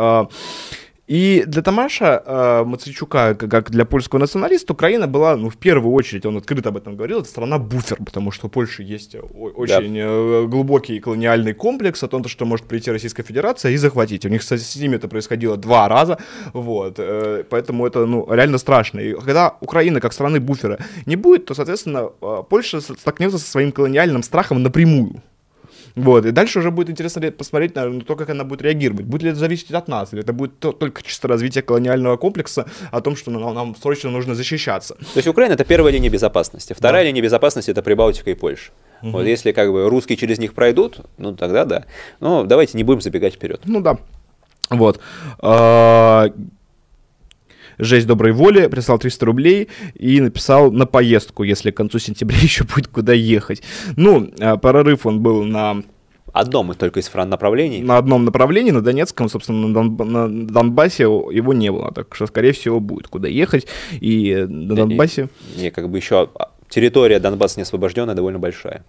И для Томаша э, Мацейчука, как для польского националиста, Украина была, ну, в первую очередь, он открыто об этом говорил, это страна-буфер, потому что у Польши есть очень да. глубокий колониальный комплекс о том, что может прийти Российская Федерация и захватить. У них с ними это происходило два раза, вот, э, поэтому это, ну, реально страшно. И когда Украина как страны-буфера не будет, то, соответственно, Польша столкнется со своим колониальным страхом напрямую. Вот, и дальше уже будет интересно посмотреть на то, как она будет реагировать. Будет ли это зависеть от нас, или это будет то, только чисто развитие колониального комплекса о том, что нам, нам срочно нужно защищаться. То есть Украина — это первая линия безопасности. Вторая да. линия безопасности — это Прибалтика и Польша. Угу. Вот если как бы русские через них пройдут, ну тогда да. Но давайте не будем забегать вперед. Ну да. Вот. жесть доброй воли, прислал триста рублей и написал на поездку, если к концу сентября еще будет куда ехать. Ну, прорыв он был на... Одном только из направлений. На одном направлении, на Донецком, собственно, на, Дон, на Донбассе его не было, так что, скорее всего, будет куда ехать, и на Донбассе... И, и как бы еще территория Донбасса не освобожденная, довольно большая.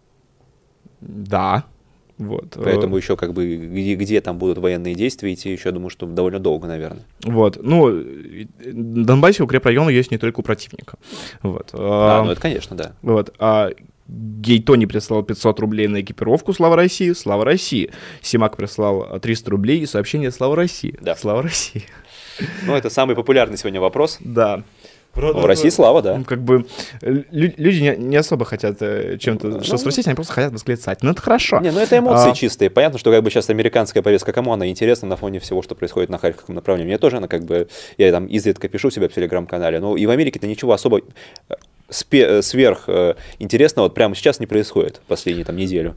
Да, вот. Поэтому еще как бы где, где там будут военные действия идти, еще, думаю, что довольно долго, наверное. Вот, ну, на Донбассе укрепрайоны есть не только у противника. Вот. А, ну это, конечно, да. Вот, а... Гейтони прислал пятьсот рублей на экипировку «Слава России», «Слава России». Симак прислал триста рублей и сообщение «Слава России». Да. «Слава России». Ну, это самый популярный сегодня вопрос. Да. В России слава, да. Как бы люди не, не особо хотят чем-то ну, что спросить, они просто хотят восклицать. Ну, это хорошо. Не, ну это эмоции а... чистые. Понятно, что как бы сейчас американская повестка, кому она интересна на фоне всего, что происходит на Харьковском направлении. Мне тоже она как бы, я там изредка пишу себя в телеграм-канале, но и в Америке-то ничего особо спе- сверх э, интересного вот прямо сейчас не происходит последнюю там неделю.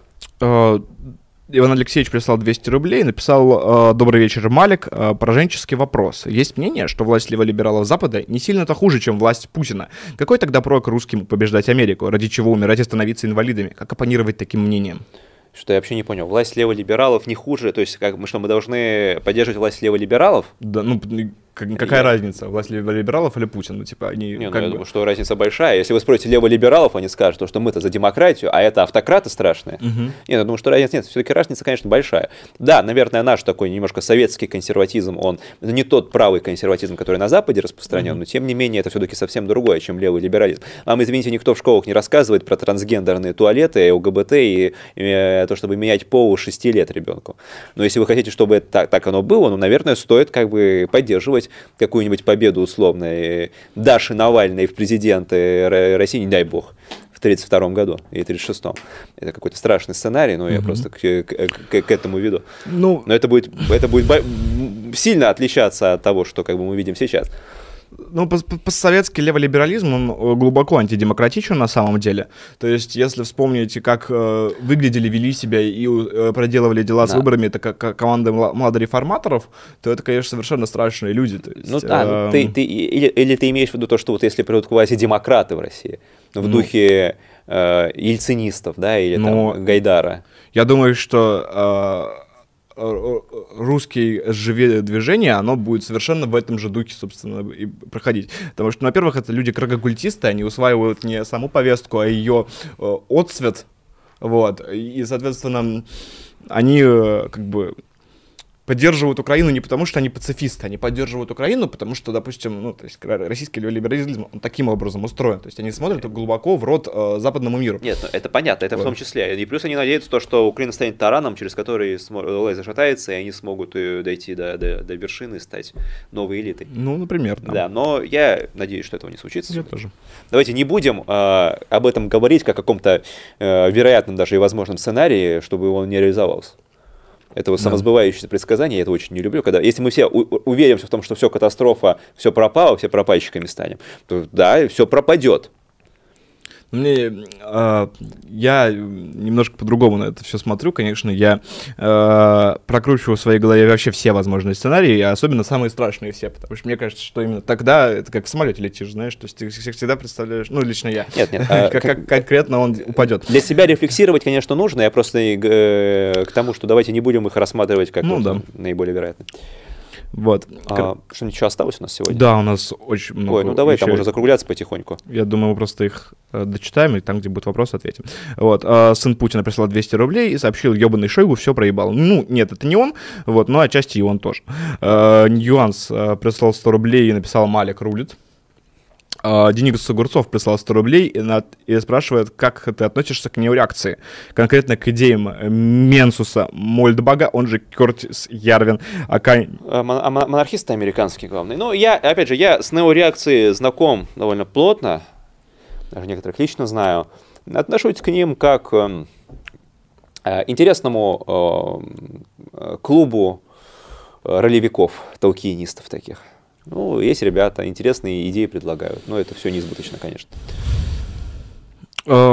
Иван Алексеевич прислал двести рублей, написал: «Добрый вечер, Малик. Пораженческий вопрос. Есть мнение, что власть леволибералов Запада не сильно-то хуже, чем власть Путина. Какой тогда прок русским побеждать Америку? Ради чего умирать и становиться инвалидами? Как оппонировать таким мнением?» Что я вообще не понял. Власть леволибералов не хуже? То есть как мы что, мы должны поддерживать власть леволибералов? Да, ну какая я... разница, власть либералов или Путин? Ну, типа, они, не, ну, как я бы... думаю, что разница большая. Если вы спросите леволибералов, они скажут, что мы-то за демократию, а это автократы страшные. Угу. Нет, я думаю, что разница нет. Все-таки разница, конечно, большая. Да, наверное, наш такой немножко советский консерватизм, он не тот правый консерватизм, который на Западе распространен, угу. но тем не менее это все-таки совсем другое, чем левый либерализм. Вам, извините, никто в школах не рассказывает про трансгендерные туалеты, ЛГБТ и, и то, чтобы менять пол шести лет ребенку. Но если вы хотите, чтобы это, так, так оно было, ну, наверное, стоит как бы поддерживать какую-нибудь победу условной Даши Навальной в президенты России, не дай бог, в тридцать втором году и тридцать шестом. Это какой-то страшный сценарий, но mm-hmm. я просто к, к, к этому веду. Ну, но это будет, это будет сильно отличаться от того, что как бы мы видим сейчас. Ну, постсоветский леволиберализм, он глубоко антидемократичен на самом деле. То есть, если вспомните, как э, выглядели, вели себя и э, проделывали дела да. с выборами, это как команда младореформаторов, то это, конечно, совершенно страшные люди. То есть, ну да, э, ну, ты, ты, или, или ты имеешь в виду то, что вот если придут к власти демократы в России, в ну, духе э, ельцинистов, да, или ну, там Гайдара? Я думаю, что... Э, русский эс жэ вэ-движение, оно будет совершенно в этом же духе, собственно, и проходить. Потому что, ну, во-первых, это люди-крагокультисты, они усваивают не саму повестку, а ее э, отцвет, вот, и, соответственно, они э, как бы поддерживают Украину не потому, что они пацифисты, они поддерживают Украину, потому что, допустим, ну, то есть российский либерализм, он таким образом устроен, то есть они смотрят глубоко в рот э, западному миру. Нет, ну, это понятно, это вот. В том числе. И плюс они надеются, то, что Украина станет тараном, через который власть зашатается, и они смогут дойти до, до, до вершины и стать новой элитой. Ну, например. Да. да, но я надеюсь, что этого не случится. Я тоже. Давайте не будем э, об этом говорить, как о каком-то э, вероятном даже и возможном сценарии, чтобы он не реализовался. Это вот самосбывающееся предсказание, я это очень не люблю. Когда, если мы все у- уверимся в том, что все катастрофа, все пропало, все пропальщиками станем, то да, все пропадет. Мне, э, я немножко по-другому на это все смотрю, конечно, я э, прокручиваю в своей голове вообще все возможные сценарии, особенно самые страшные все, потому что мне кажется, что именно тогда, это как в самолете летишь, знаешь, то есть ты всегда представляешь, ну, лично я, нет, нет, как, а, как конкретно он упадет. Для себя рефлексировать, конечно, нужно, я просто э, к тому, что давайте не будем их рассматривать как ну, вот, да. наиболее вероятно. Вот. А, что-нибудь еще осталось у нас сегодня? Да, у нас очень много. Ой, ну давай вещей. Там уже закругляться потихоньку. Я думаю, мы просто их э, дочитаем, и там, где будет вопрос, ответим. Вот. А, сын Путина прислал двести рублей и сообщил: ёбаный Шойгу все проебал. Ну, нет, это не он, вот, но отчасти и он тоже. А, Нюанс а, прислал сто рублей и написал: Малик рулит. Uh, Денис Огурцов прислал сто рублей и, на, и спрашивает, как ты относишься к неореакции, конкретно к идеям Менсуса Мольдбага, он же Кертис Ярвин. Ака... Монархисты американские главные. Ну, я, опять же, я с неореакцией знаком довольно плотно, даже некоторых лично знаю. Отношусь к ним как э, интересному э, клубу ролевиков, толкиенистов таких. Ну, есть ребята, интересные идеи предлагают, но это все неизбыточно, конечно.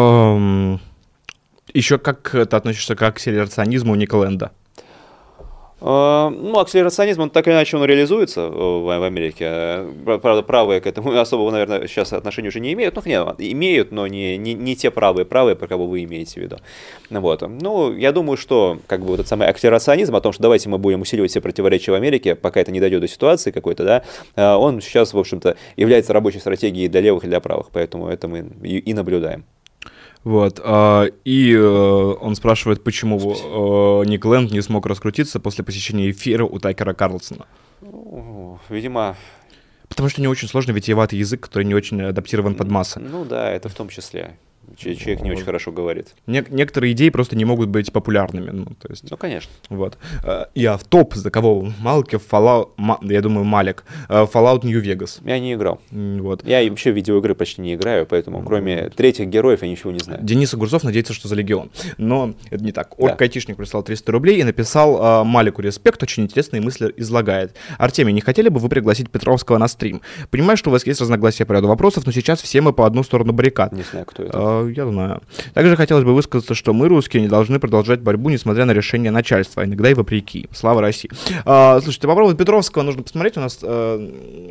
Um, еще как ты относишься к акселерационизму Ника Лэнда? Ну, акселерационизм, он так или иначе он реализуется в, в Америке. Правда, правые к этому особого, наверное, сейчас отношения уже не имеют. Ну, нет, имеют, но не, не, не те правые правые, про кого вы имеете в виду. Вот. Ну, я думаю, что как бы вот этот самый акселерационизм о том, что давайте мы будем усиливать все противоречия в Америке, пока это не дойдет до ситуации какой-то, да, он сейчас, в общем-то, является рабочей стратегией для левых и для правых, поэтому это мы и, и наблюдаем. Вот, и он спрашивает, почему Ник Лэнд не смог раскрутиться после посещения эфира у Такера Карлсона. Ну, видимо... Потому что не очень сложный витиеватый язык, который не очень адаптирован под массы. Ну да, это в том числе. Человек не очень хорошо говорит. Не- некоторые идеи просто не могут быть популярными. Ну, то есть, ну конечно. Вот. И автоп, за кого Малки, Fallout, я думаю, Малик, Fallout New Vegas. Я не играл. Вот. Я вообще в видеоигры почти не играю, поэтому кроме третьих героев я ничего не знаю. Денис Огурцов надеется, что за Легион. Но это не так. Да. Орк-айтишник прислал триста рублей и написал Малику респект, очень интересные мысли излагает. Артемий, не хотели бы вы пригласить Петровского на стрим? Понимаю, что у вас есть разногласия по ряду вопросов, но сейчас все мы по одну сторону баррикад. Не знаю, кто это. Я знаю. Также хотелось бы высказаться, что мы, русские, не должны продолжать борьбу, несмотря на решение начальства, а иногда и вопреки. Слава России. А, слушайте, по поводу Петровского нужно посмотреть. У нас э,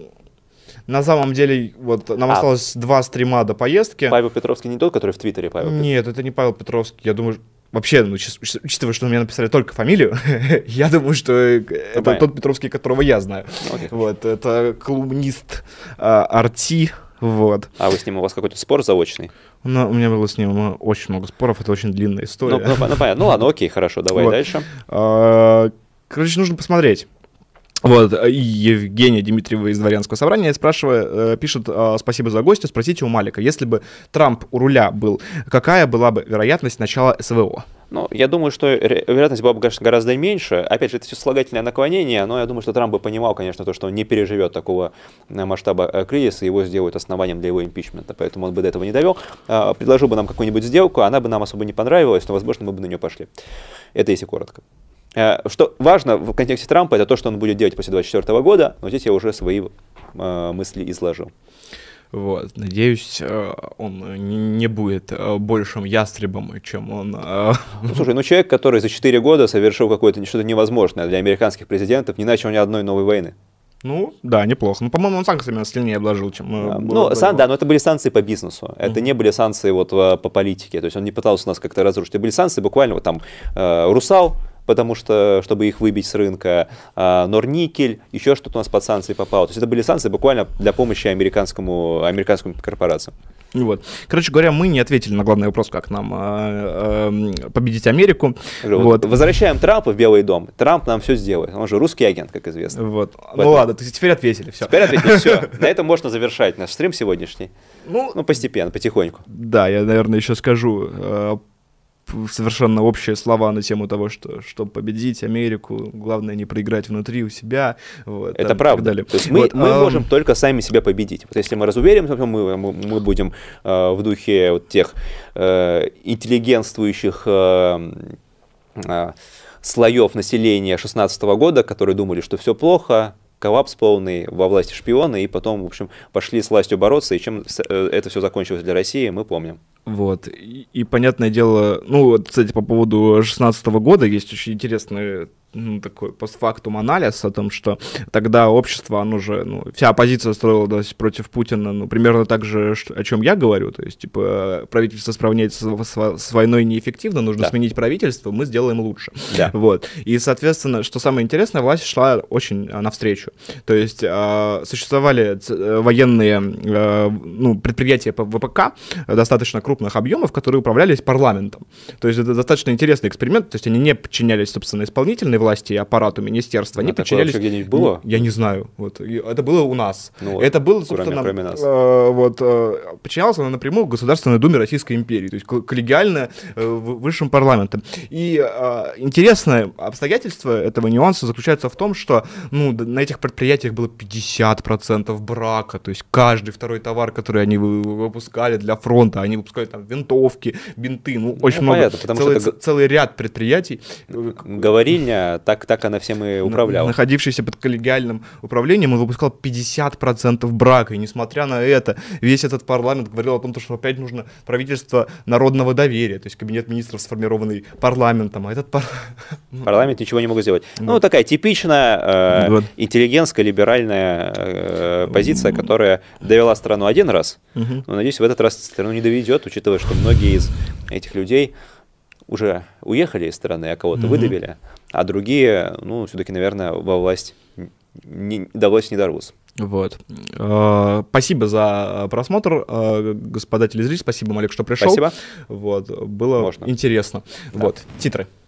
на самом деле вот нам а, осталось два стрима до поездки. Павел Петровский не тот, который в Твиттере Павел Петровский? Нет, это не Павел Петровский. Я думаю, вообще, ну, учитывая, что мне написали только фамилию, я думаю, что это ну, тот Петровский, которого я знаю. Okay. Вот, это колумнист Арти. Вот. А вы с ним, у вас какой-то спор заочный? Ну, у меня было с ним очень много споров, это очень длинная история. Ну, ну, ну понятно, ну ладно, окей, хорошо, давай вот. Дальше. Короче, нужно посмотреть. Вот, и Евгения Дмитриева из Дворянского собрания спрашивает, пишет: спасибо за гостя, спросите у Малика, если бы Трамп у руля был, какая была бы вероятность начала СВО? Ну, я думаю, что вероятность была бы, конечно, гораздо меньше. Опять же, это все слагательное наклонение, но я думаю, что Трамп бы понимал, конечно, то, что он не переживет такого масштаба кризиса, его сделают основанием для его импичмента, поэтому он бы до этого не довел. Предложил бы нам какую-нибудь сделку, она бы нам особо не понравилась, но, возможно, мы бы на нее пошли. Это если коротко. Что важно в контексте Трампа, это то, что он будет делать после двадцать четвёртого года, но здесь я уже свои мысли изложил. Вот, надеюсь, он не будет большим ястребом, чем он... Ну, слушай, ну человек, который за четыре года совершил какое-то что-то невозможное для американских президентов, не начал ни одной новой войны. Ну, да, неплохо. Ну, по-моему, он санкциями сильнее обложил, чем... А, ну, сан, да, но это были санкции по бизнесу. Uh-huh. Это не были санкции вот по политике. То есть он не пытался нас как-то разрушить. Это были санкции буквально вот там э, «Русал», потому что, чтобы их выбить с рынка, э, «Норникель», еще что-то у нас под санкции попало. То есть это были санкции буквально для помощи американскому, американским корпорациям. Вот. Короче говоря, мы не ответили на главный вопрос, как нам э, э, победить Америку. Вот. Вот. Возвращаем Трампа в Белый дом. Трамп нам все сделает. Он же русский агент, как известно. Вот. Ну ладно, теперь ответили. Все. Теперь ответили, все. На этом можно завершать наш стрим сегодняшний. Ну, ну постепенно, потихоньку. Да, я, наверное, еще скажу э, совершенно общие слова на тему того, что чтобы победить Америку, главное не проиграть внутри у себя. Вот, это там, правда. То есть мы, вот, мы а... можем только сами себя победить. Вот если мы разуверимся, то мы, мы, мы будем э, в духе вот тех э, интеллигентствующих э, э, слоев населения шестнадцатого года, которые думали, что все плохо, коллапс полный, во власти шпионы, и потом, в общем, пошли с властью бороться, и чем это все закончилось для России, мы помним. Вот, и, и понятное дело, ну, вот, кстати, по поводу шестнадцатого года есть очень интересный, ну, такой постфактум анализ о том, что тогда общество, оно же, ну, вся оппозиция строилась против Путина, ну, примерно так же, что, о чем я говорю, то есть, типа, правительство справляется с, с войной неэффективно, нужно да. сменить правительство, мы сделаем лучше. Да. Вот, и, соответственно, что самое интересное, власть шла очень а, навстречу, то есть, а, существовали военные, а, ну, предприятия по ВПК, достаточно крупных объемов, которые управлялись парламентом, то есть, это достаточно интересный эксперимент, то есть, они не подчинялись, собственно, исполнительной власти и аппарату министерства, они а подчинялись... где-нибудь было? Я не знаю. Вот. Это было у нас. Ну, это было, собственно, кроме, кроме нас. Э, вот, э, подчинялось оно напрямую Государственной Думе Российской империи, то есть коллегиально э, высшим парламентом. И э, интересное обстоятельство этого нюанса заключается в том, что ну, на этих предприятиях было пятьдесят процентов брака, то есть каждый второй товар, который они выпускали для фронта, они выпускали там винтовки, бинты, ну, очень ну, много. Понятно, целый, это... целый ряд предприятий. Говорильня, так, так она всем и управляла. Находившийся под коллегиальным управлением, он выпускал пятьдесят процентов брака, и несмотря на это, весь этот парламент говорил о том, что опять нужно правительство народного доверия, то есть кабинет министров, сформированный парламентом, а этот пар... Парламент ничего не мог сделать. Вот. Ну, такая типичная э, вот. интеллигентская, либеральная э, позиция, которая довела страну один раз, угу. но, надеюсь, в этот раз страну не доведет, учитывая, что многие из этих людей уже уехали из страны, а кого-то mm-hmm. выдавили, а другие, ну, все-таки, наверное, во власть не, до власти не дорвутся. Вот. Спасибо за просмотр, господа телезрители. Спасибо, Олег, что пришел. Спасибо. Вот. Было Можно. интересно. Да. Вот. Титры.